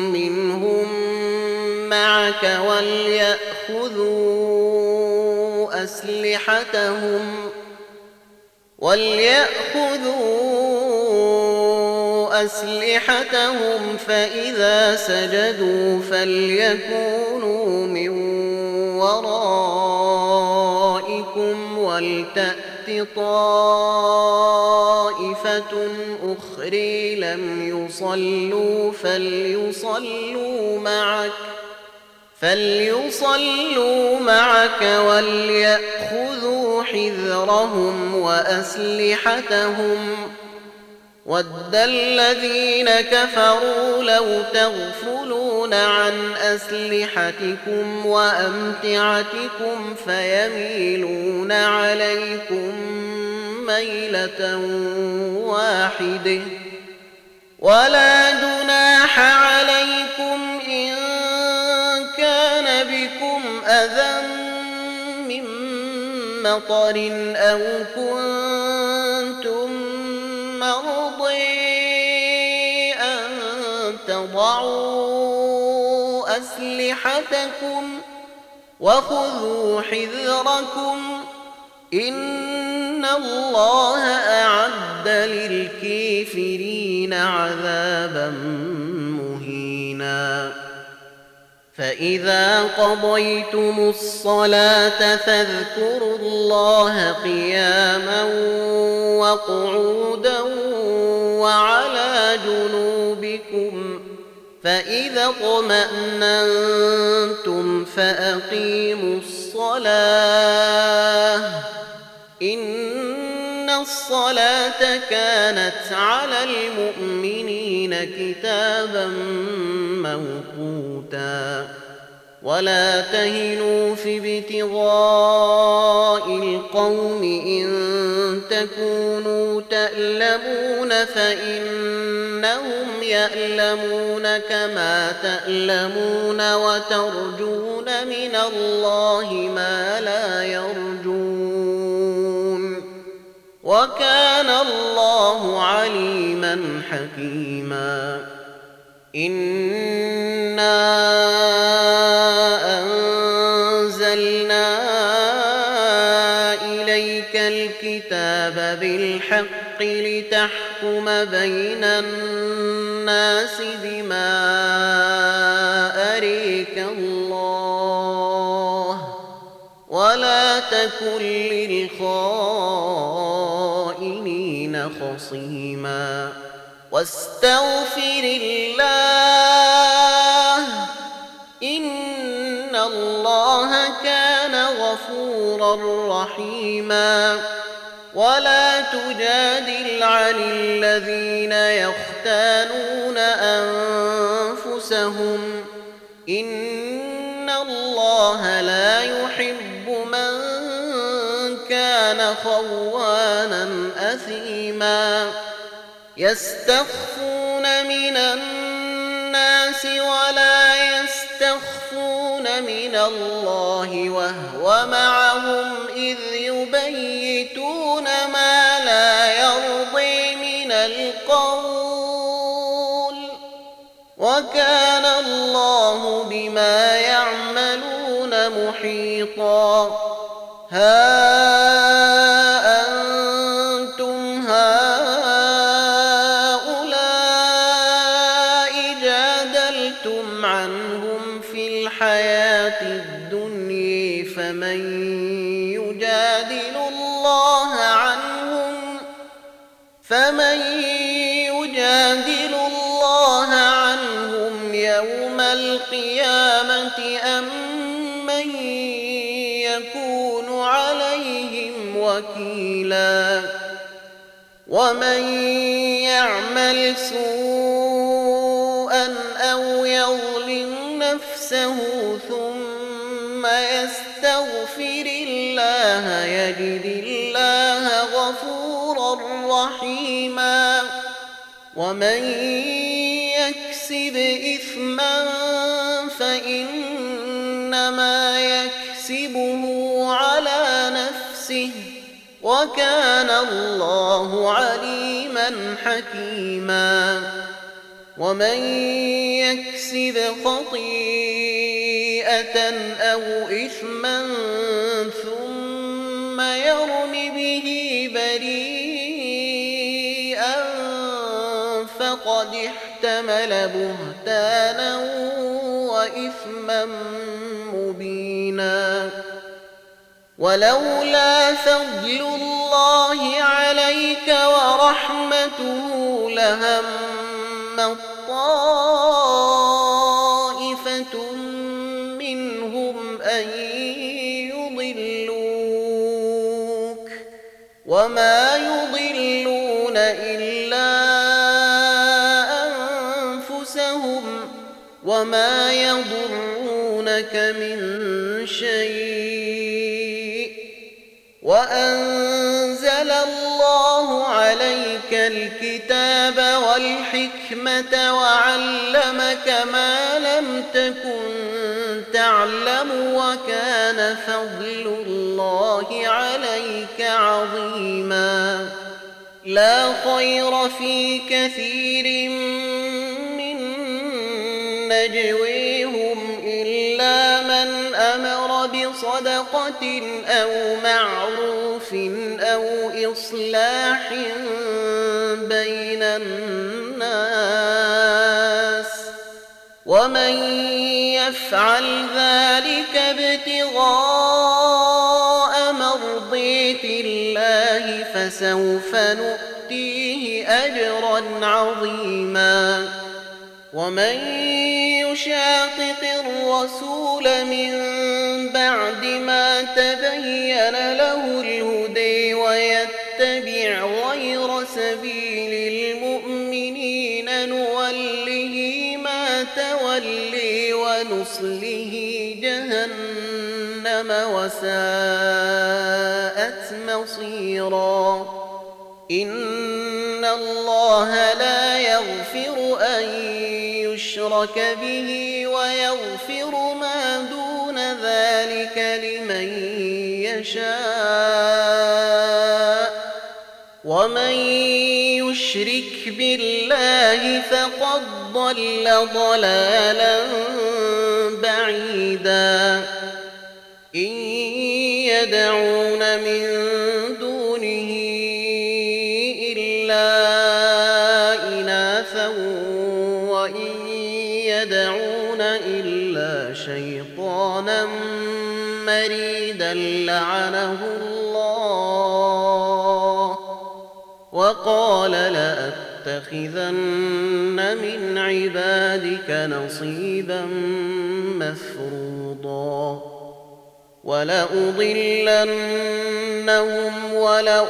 منهم معك وليأخذوا أسلحتهم فإذا سجدوا فليكونوا من ورائكم ولتأت طائفة أخرى لم يصلوا فليصلوا معك وليأخذوا حذرهم وأسلحتهم ود الذين كفروا لو تغفلون عن أسلحتكم وأمتعتكم فيميلون عليكم ميلة واحدة ولا جناح عليكم إن كان بكم أذى من مطر أو كنتم مرضي أن تضعوا أسلحتكم وخذوا حذركم إن الله أعد للكافرين عذابا مهينا فإذا قضيتم الصلاة فاذكروا الله قياما وقعودا وعلى جنوبكم فإذا اطمأننتم فأقيموا الصلاة إن الصلاة كانت على المؤمنين كتابا موقوتا ولا تهنوا في ابتغاء القوم إن تكونوا تألمون فإنهم يألمون كما تألمون وترجون من الله ما لا يرجون وكان الله عليما حكيما إنا أنزلنا إليك الكتاب بالحق لتحكم بين الناس بما أريك الله ولا تكن للخائنين خصيما واستغفر الله إن الله كان غفورا رحيما ولا تجادل عن الذين يختانون أنفسهم إن الله لا يحب من كان خوانا أثيما يستخفون من الناس ولا يستخفون من الله وهو معهم إذ يبيتون ما لا يرضي من القول وكان الله بما يعملون محيطا ها أنتم هؤلاء جادلتم عنهم في الحياة الدنيا فمن يجادل الله عنهم يوم القيامة أم من يكون عليهم وكيلا ومن يعمل سوءا أو يظلم نفسه ثم يستغفر الله يجد الله غفورا رحيما ومن يكسب إثما فإنما يكسبه على نفسه وكان الله عليما حكيما ومن يكسب خطيئة أو إثما ثم يرم به بريئا فقد احتمل بهتانا وإثما مبينا ولولا فضل الله عليك ورحمته لهم طائفة منهم أن يضلوك وما يضلون إلا أنفسهم وما يضرونك من شيء وأنزل الله عليك الكتاب والحكمة وعلمك ما لم تكن تعلم وكان فضل الله عليك عظيما لا خير في كثير من نجويهم إلا من أمر بصدقة أو معروف أو إصلاح بين الناس ومن يفعل ذلك ابتغاء مرضات الله فسوف نؤتيه أجرا عظيما ومن يشاقق الرسول من بعد ما تبين له الهدى ويتبع غير سبيل المؤمنين نوله ما تولي ونصله جهنم وساءت مصيرا إن الله لا يغفر أن يشرك به ويغفر ما دون ذلك لمن يشاء ومن يشرك بالله فقد ضل ضلالا بعيدا إن يدعون من دونه إلا إناثا وإن يدعون إلا شيطانا مريدا لعنه الله وقال لأتخذن من عبادك نصيبا مفروضا ولأضلنهم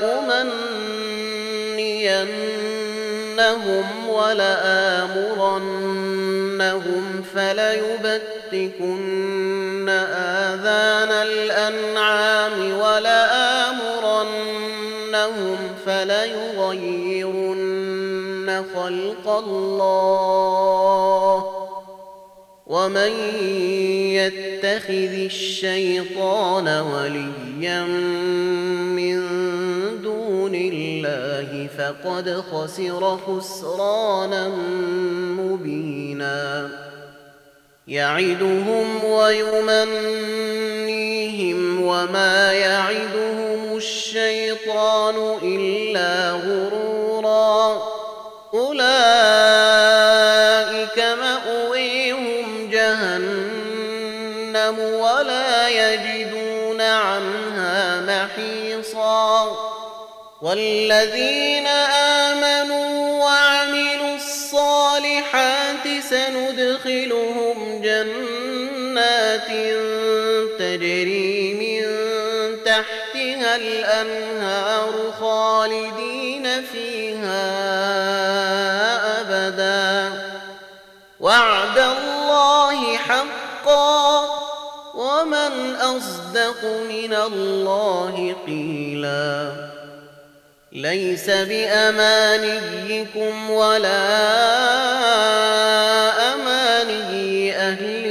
ولأمنينهم ولآمرنهم فليبتكن آذان الأنعام ولآمرنهم فليغيرن خلق الله ومن يتخذ الشيطان وليا من دون الله فقد خسر خسرانا مبينا يعدهم ويمنيهم وما يعدهم الشيطان إلا غرورا أولئك مأويهم جهنم ولا يجدون عنها محيصا والذين آمنوا وعملوا الصالحات سندخلهم جنات تجري من تحتها الأنهار خالدين فيها أبدا وعد الله حقا ومن أصدق من الله قيلا ليس بأمانيكم ولا أماني أهل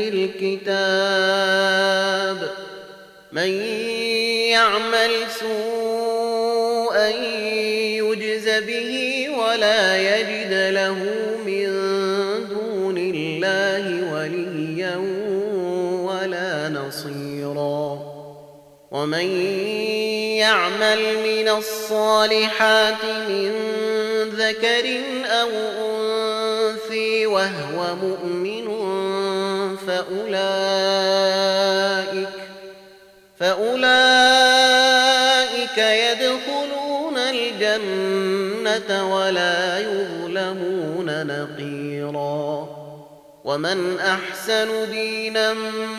الكتاب من يعمل سوءا يجز به ولا يجد له من دون الله وليا ولا نصيرا ومن يعمل من الصالحات من ذكر أو أنثى وهو مؤمن فأولئك يدخلون الجنة ولا يظلمون نقيرا. ومن أحسن دينا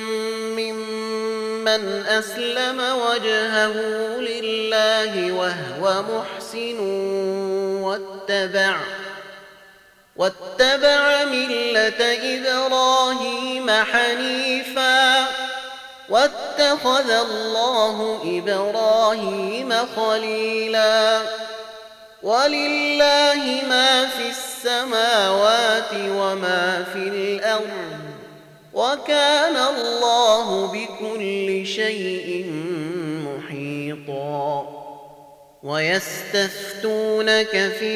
ممن أسلم وجهه لله وهو محسن واتبع ملة إبراهيم حنيفا واتخذ الله إبراهيم خليلا. ولله ما في السماوات وما في الأرض وكان الله بكل شيء محيطا. ويستفتونك في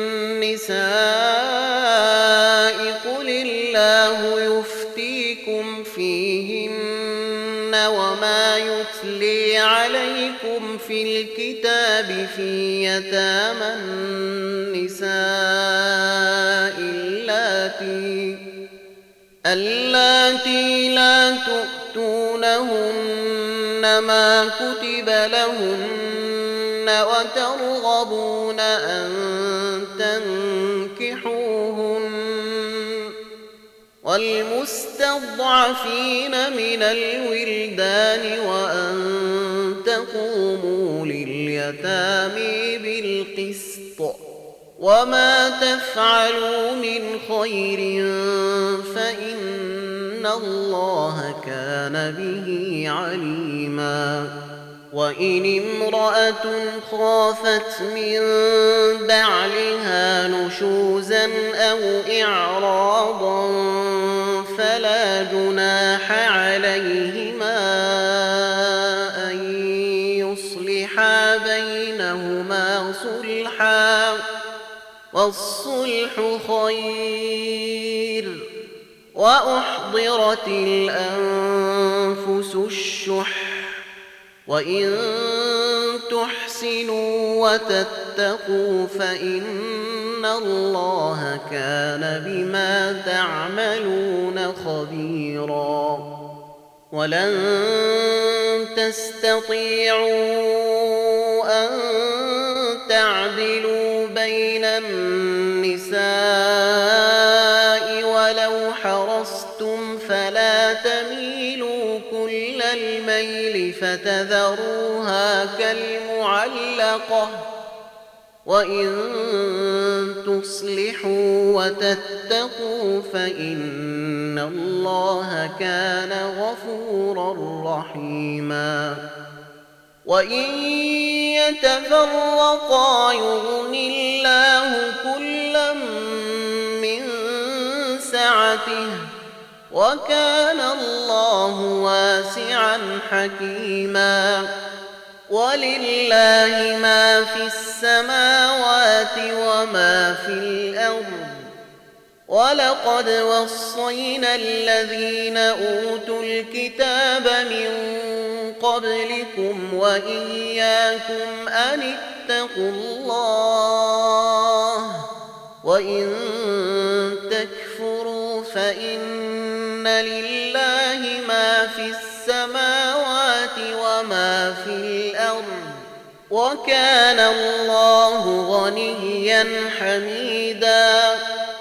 النساء قل الله يفتيكم فيهن وما يتلي عليكم في الكتاب في يتامى النساء اللاتي لا تؤتونهن ما كتب لهن وترغبون أن تنكحوهن والمستضعفين من الولدان وأن تقوموا لليتامى بالقسط وما تفعلوا من خير فإن الله كان به عليما. وإن امرأة خافت من بعلها نشوزا أو إعراضا فلا جناح عليهما أن يصلحا بينهما صلحا والصلح خير. وأحضرت الأنفس الشح وإن تحسنوا وتتقوا فإن الله كان بما تعملون خبيرا. ولن تستطيعوا أن تعدلوا بين النساء ولو حرصتم فلا تميلوا كل الميل فتذروها كالمعلقة وإن تصلحوا وتتقوا فإن الله كان غفورا رحيما. وإن يتفرقا يغن الله كلا من سعته وكان الله واسعا حكيما. ولله ما في السماوات وما في الأرض ولقد وصينا الذين أوتوا الكتاب من قبلكم وإياكم أن اتقوا الله وإن تكفروا فإن لله ما في السماوات وما في الأرض وكان الله غنيا حميدا.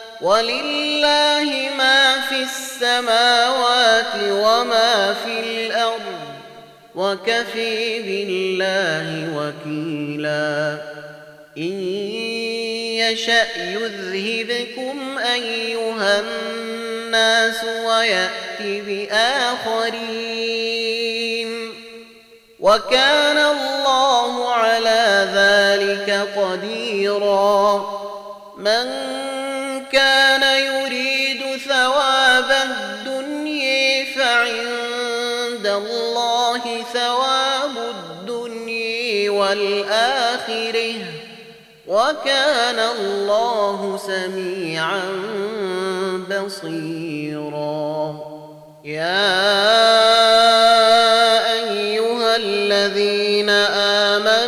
ولله ما في السماوات وما في الأرض وكفى بالله وكيلا. إن يشأ يذهبكم أيها الناس ويأت بآخرين وكان الله على ذلك قديرا. من كان يريد ثواب الدنيا فعند الله ثواب الدنيا والآخرة وكان الله سميعا بصيرا. يا أيها الذين آمنوا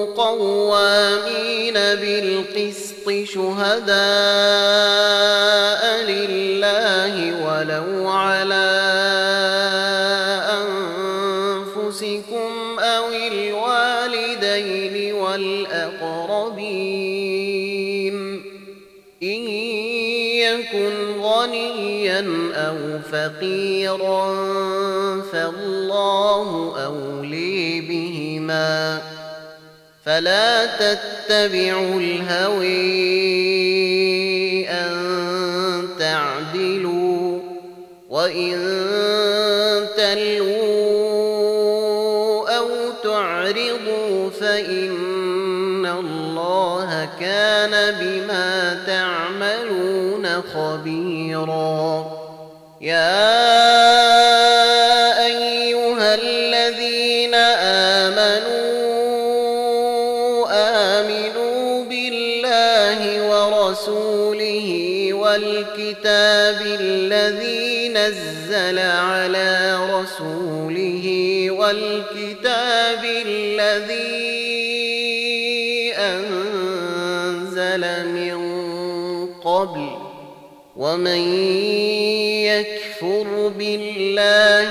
قوامين بالقسط شهداء لله ولو على أنفسكم أو الوالدين والأقربين إن يكن غنيا أو فقيرا فالله أولي بهما فلا تتبعوا الهوى أن تعدلوا وإن تلووا أو تعرضوا فإن الله كان بما تعملون خبيرا يا أيها الذين آمنوا بالله ورسوله والكتاب الذي نزل على رسوله والكتاب الذي أنزل من قبل ومن يكفر بالله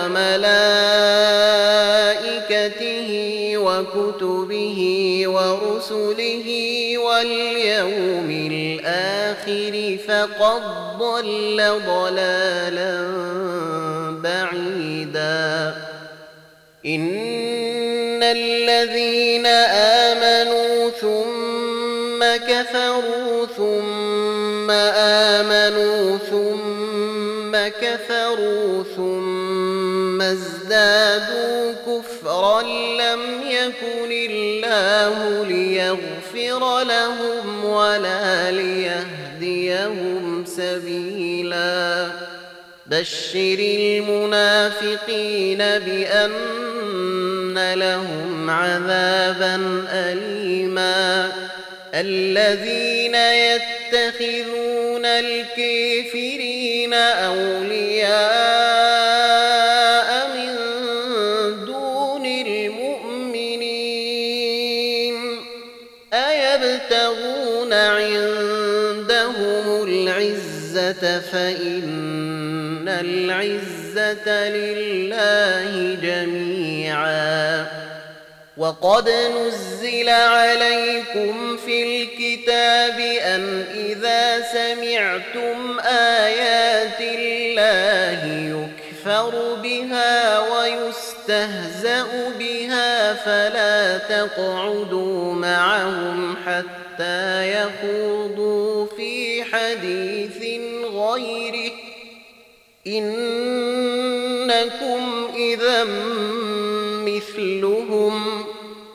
وملائكته وكتبه ورسله واليوم الآخر فقد ضل ضلالا بعيدا إن الذين آمنوا ثم كفروا ثم آمنوا ثم كفروا ثم ازدادوا كفرا لم يكن الله ليغفر لهم ولا ليهديهم سبيلا بشر المنافقين بأن لهم عذابا أليما الذين يتخذون الكافرين أولياء من دون المؤمنين أيبتغون عندهم العزة فإن العزة لله جميعا وقد نزل عليكم في الكتاب أن إذا سمعتم آيات الله يكفر بها ويستهزأ بها فلا تقعدوا معهم حتى يخوضوا في حديث غيره إنكم إذا مثلهم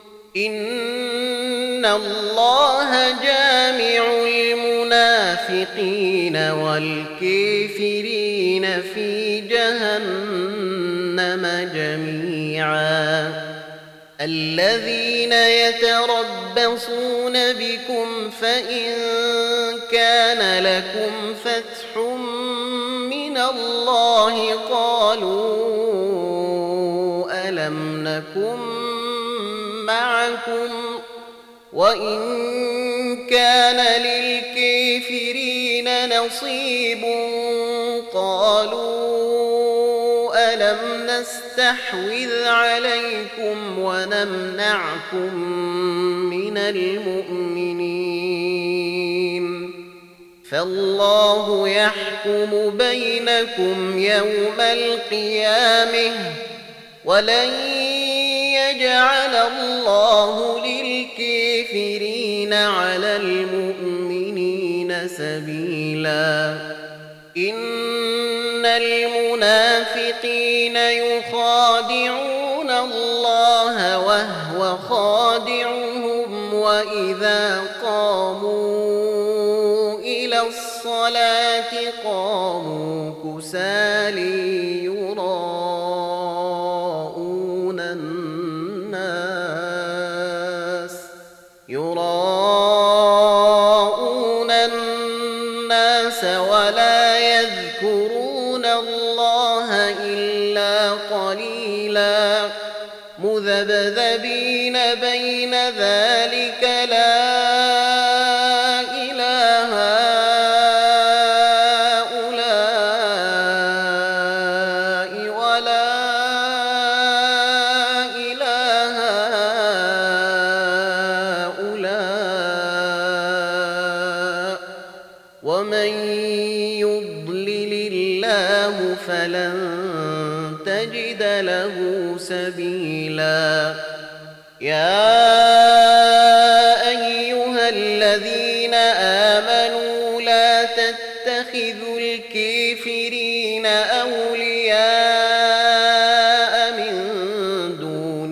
إن الله جامع المنافقين والكافرين في جهنم جميعا الذين يتربصون بكم فإن كان لكم فتح من الله قالوا ألم نكن معكم وإن كان للكافرين نصيب قالوا ألم نستحوذ عليكم ونمنعكم من المؤمنين فالله يحكم بينكم يوم القيامة ولن يجعل الله للكافرين على المؤمنين سبيلا إن المنافقين يخادعون الله وهو خادعهم وإذا قاموا إلى الصلاة قاموا كسالى يراءون الناس ولا يذكرون الله إلا قليلا مذبذبين بين ذلك لا إله هؤلاء ولا إله هؤلاء ومن يضلل الله فلن تجد له سبيلا. يا أيها الذين آمنوا لا تتخذوا الكافرين أولياء من دون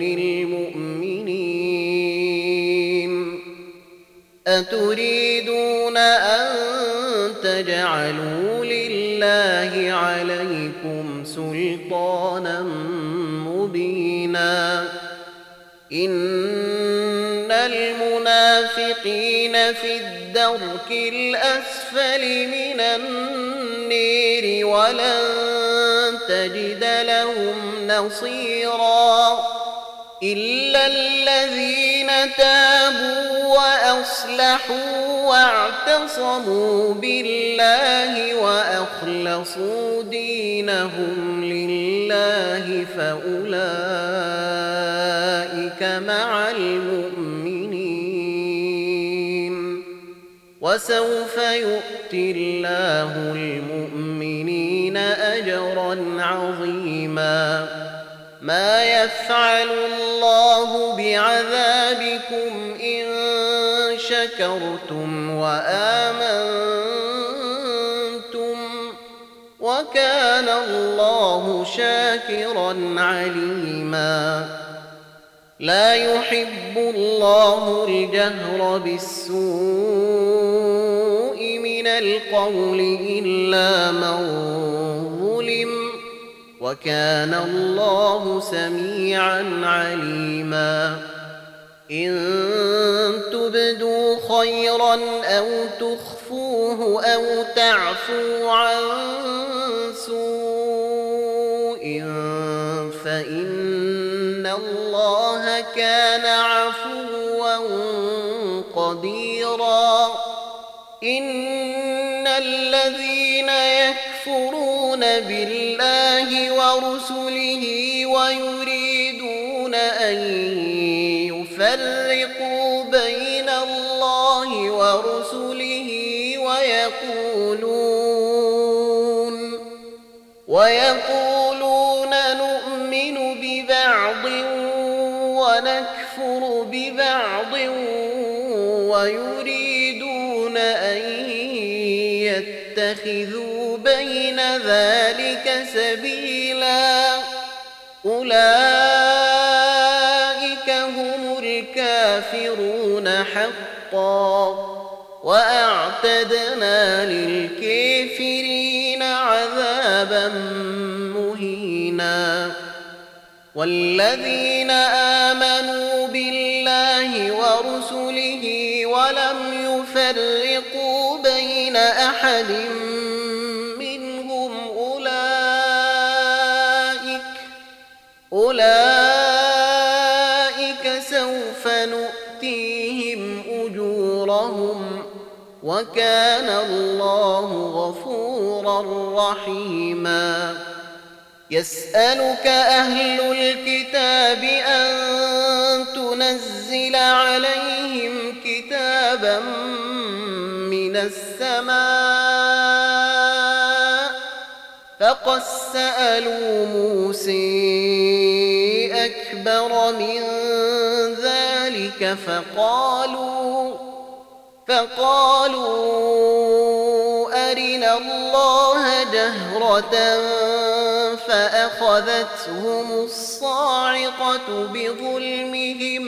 المؤمنين أتريدون أن تجعلوا لله عليكم سلطانا مبينا. إن المنافقين في الدرك الأسفل من النار ولن تجد لهم نصيرا إلا الذين تابوا وأصلحوا واعتصموا بالله وأخلصوا دينهم لله فأولئك مع المؤمنين وسوف يؤتي الله المؤمنين أجرا عظيما. ما يفعل الله بعذابكم إن شكرتم وآمنتم وكان الله شاكرا عليما. لا يحب الله الجهر بالسوء من القول إلا من ظلم وكان الله سميعا عليما. إن تبدوا خيرا أو تخفوه أو تعفوا عن سوء فإن الله كان عفوا قديرا. إن الذين يكفرون بالله ورسله ويريدون أن يفرقوا بين الله ورسله ويقولون نؤمن ببعض ونكفر ببعض ويريدون أن يتخذوا بين ذلك سبيلا. أولئك هم الكافرون حقا وأعتدنا للكافرين عذابا مهينا. والذين آمنوا بالله ورسله ولم يفرقوا بين أحد منهم أولئك سوف نؤتيهم أجورهم وكان الله غفورا رحيما. يسألك أهل الكتاب أن تنزل عليهم كتابا من السماء فقد سألوا موسى أكبر من ذلك فقالوا أرنا الله جهرة فأخذتهم الصاعقة بظلمهم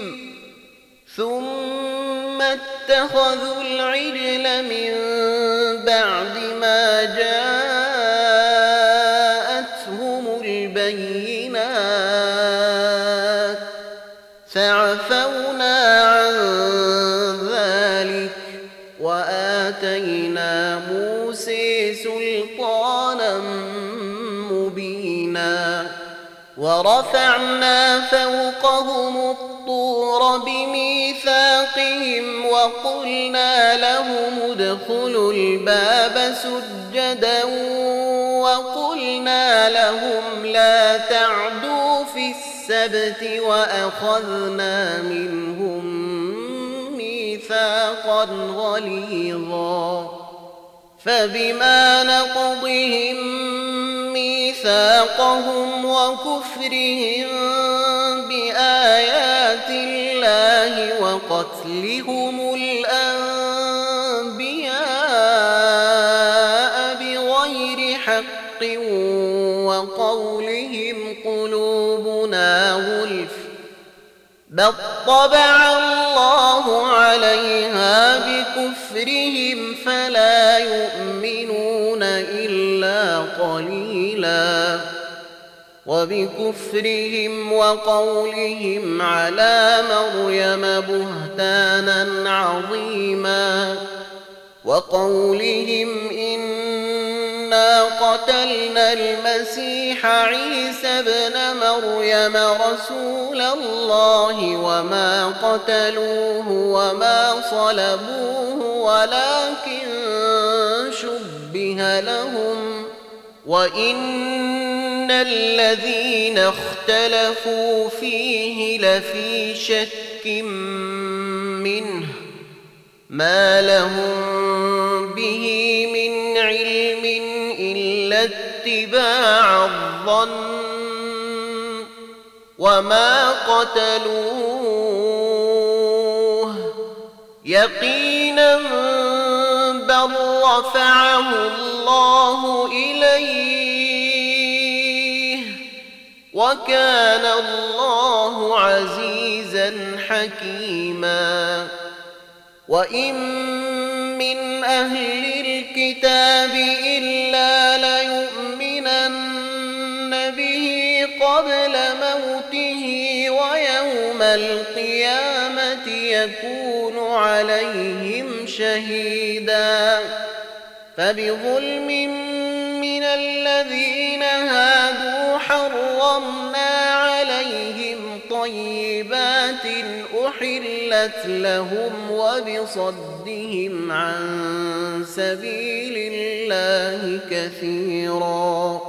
ثم اتخذوا العجل من بعد ما جاءتهم البينات فعفونا عن ذلك وآتينا موسى سلطانا مبينا ورفعنا فوقهم الطور بميثاقهم وقلنا لهم ادخلوا الباب سجدا وقلنا لهم لا تعدوا في السبت وأخذنا منهم ميثاقا غليظا فبما نقضهم ميثاقهم وكفرهم بآيات الله وقتلهم الأنبياء بغير حق وقولهم قلوبنا غلف بل طبع الله عليها بكفرهم فلا يؤمنون إلا قليلا وبكفرهم وقولهم على مريم بهتانا عظيما وقولهم إنا قتلنا المسيح عيسى ابن مريم رسول الله وما قتلوه وما صلبوه ولكن شبه لهم وإن الذين اختلفوا فيه لفي شك منه ما لهم به من علم إلا اتباع الظن وما قتلوه يقينا بل رفعه الله إليه وكان الله عزيزا حكيما وإن من أهل الكتاب إلا ليؤمنن به قبل موته ويوم القيامة يكون عليهم شهيدا فبظلم من الذين هادوا حرمنا عليهم طيبات أحلت لهم وبصدهم عن سبيل الله كثيرا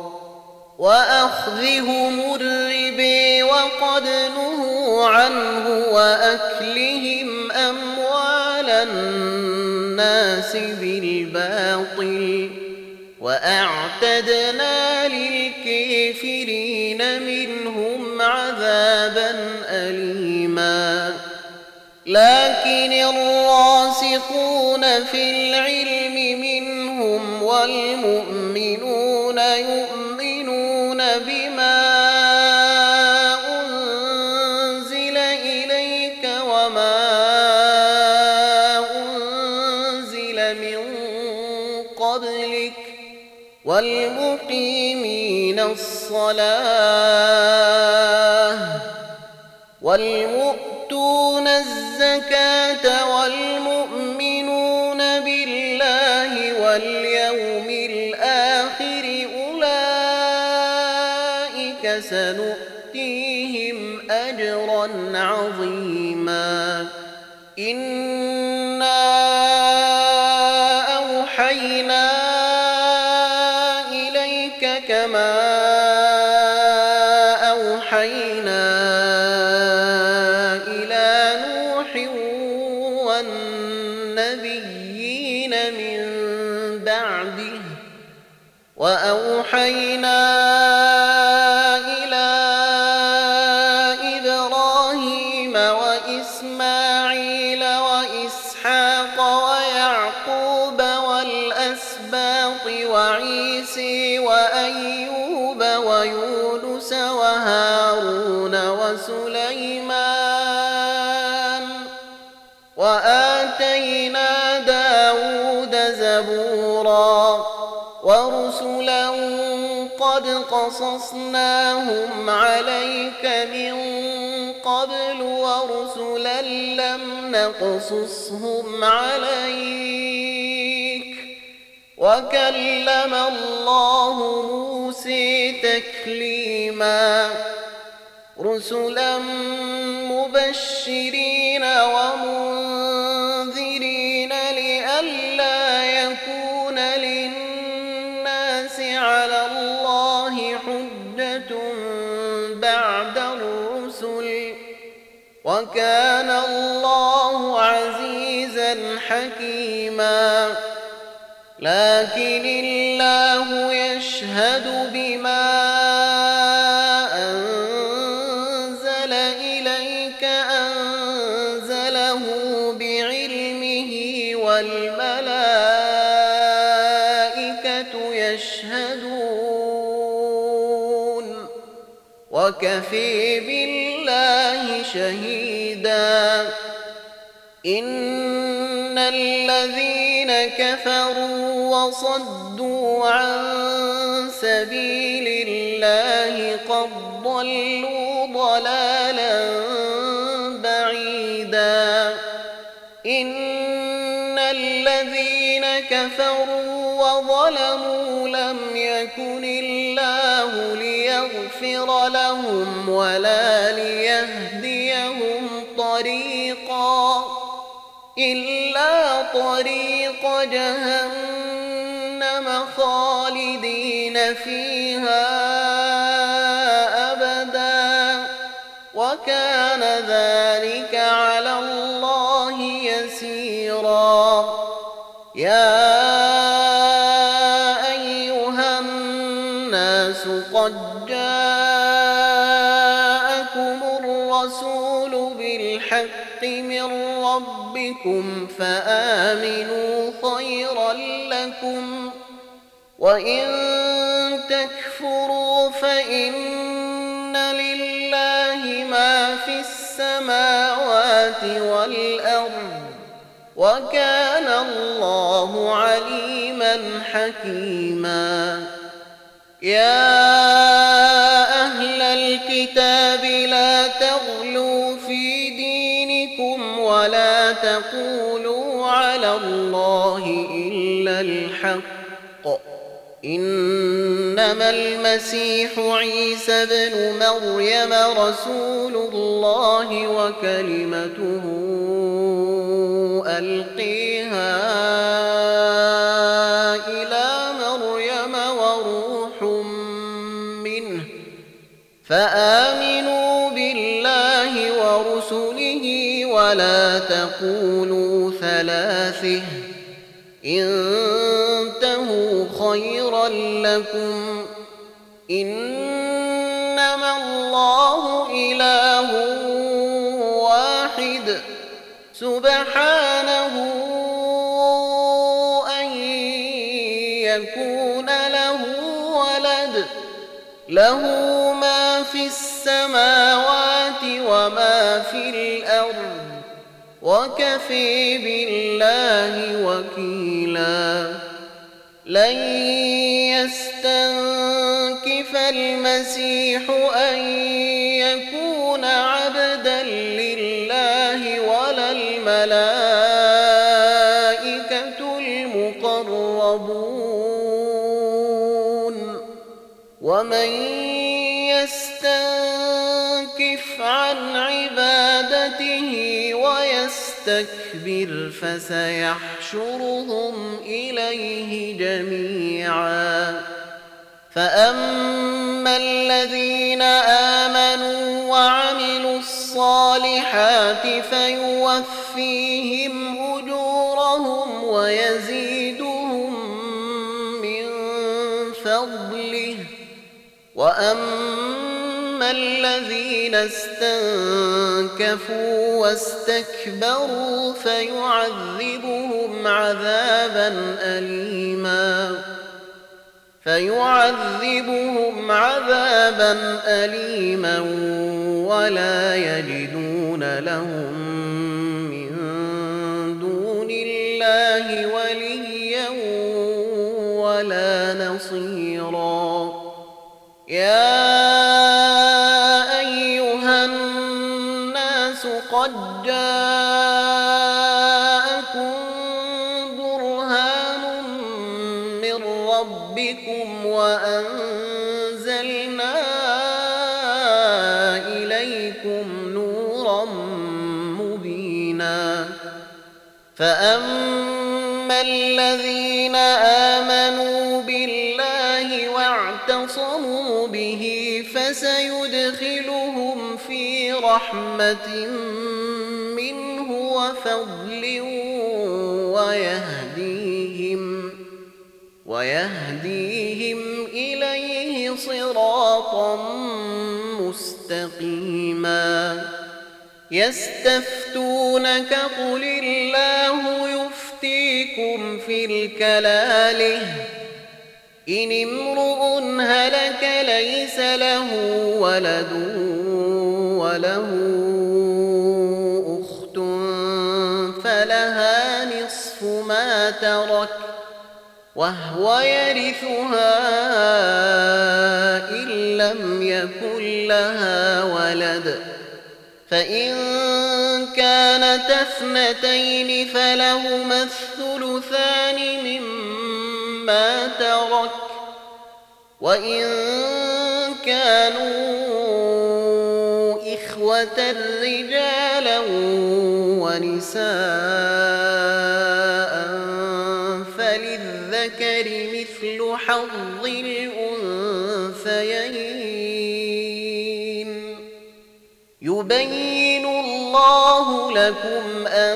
وأخذهم الربا وقد نهوا عنه وأكلهم أموال الناس بالباطل وأعتدنا للكافرين منهم عذابا أليما لكن الراسخون في العلم منهم والمؤمنون يؤمنون بما أنزل إليك وما أنزل من قبلك والمقيمين الصلاة والمؤتون الزكاة والمؤمنون بالله واليوم الآخر أولئك سنؤتيهم أجرا عظيما إنا أوحينا إليك كما أوحينا إلى نوح والنبيين من بعده وأوحينا إلى إبراهيم وإسماعيل وإسحاق ويعقوب والأسباط وعيسى وأيوب ويونس وهارون وسليمان وآتينا داود زبورا ورسلا قد قصصناهم عليك من قبل ورسلا لم نقصصهم عليك وكلم الله موسى تكليما رسلا مبشرين ومنذرين لئلا يكون للناس على الله حجة بعد الرسل، وكان الله عزيزا حكيما. لكن الله يشهد بما أنزل إليك أنزله بعلمه، والملائكة يشهدون، وكفى بالله شهيدا. إن الذين كفروا وصدوا عن سبيل الله قد ضلوا ضلالا بعيدا. إن الذين كفروا وظلموا لم يكن الله ليغفر لهم ولا ليهديهم طريقا إلا طريق جهنم خالدين فيها أبدا، وكان ذلك على الله يسيرا. يا أيها الناس قد جاءكم الرسول بالحق من ربكم فآمنوا خيرا لكم، وإن تكفروا فإن لله ما في السماوات والأرض، وكان الله عليما حكيما. يا أهل الكتاب لا تغلوا في دينكم ولا تقولوا على الله إلا الحق، إنما المسيح عيسى ابن مريم رسول الله وكلمته ألقيها إلى مريم وروح منه، فآمنوا بالله ورسله ولا تقولوا ثلاثة، انتهوا خيرا لكم، إنما الله إله واحد سبحانه أن يكون له ولد، له ما في السماوات وما في الأرض، وكفى بالله وكيلا. لن يستنكف المسيح أن يكون عبدا لله ولا الملائكة المقربون، ومن يستنكف عن عبادته ويستكبر فسيحشرهم إليه جميعا. فأما الذين آمنوا وعملوا الصالحات فيوفيهم أجورهم ويزيدهم من فضله، وأما الذين استنكفوا واستكبروا فيعذبهم عذابا أليما ولا يجدون لهم من دون الله وليا ولا نصيرا. يا أيها الناس قد جاءكم برهان من ربكم وأنزلنا إليكم فأما الذين آمنوا بالله واعتصموا به فسيدخلهم في رحمة منه وفضل ويهديهم إليه صراطا مستقيما يستفتونك قل الله يفتيكم في الكلالة إن امرؤ هلك ليس له ولد وله أخت فلها نصف ما ترك وهو يرثها إن لم يكن لها ولد فإن كانت اثنتين فلهما الثلثان مما ترك وإن كانوا إخوة رجالا ونساء فللذكر مثل حظ الأنثيين يبين الله لكم أن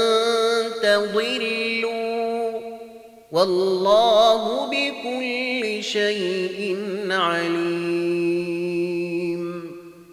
تضلوا والله بكل شيء عليم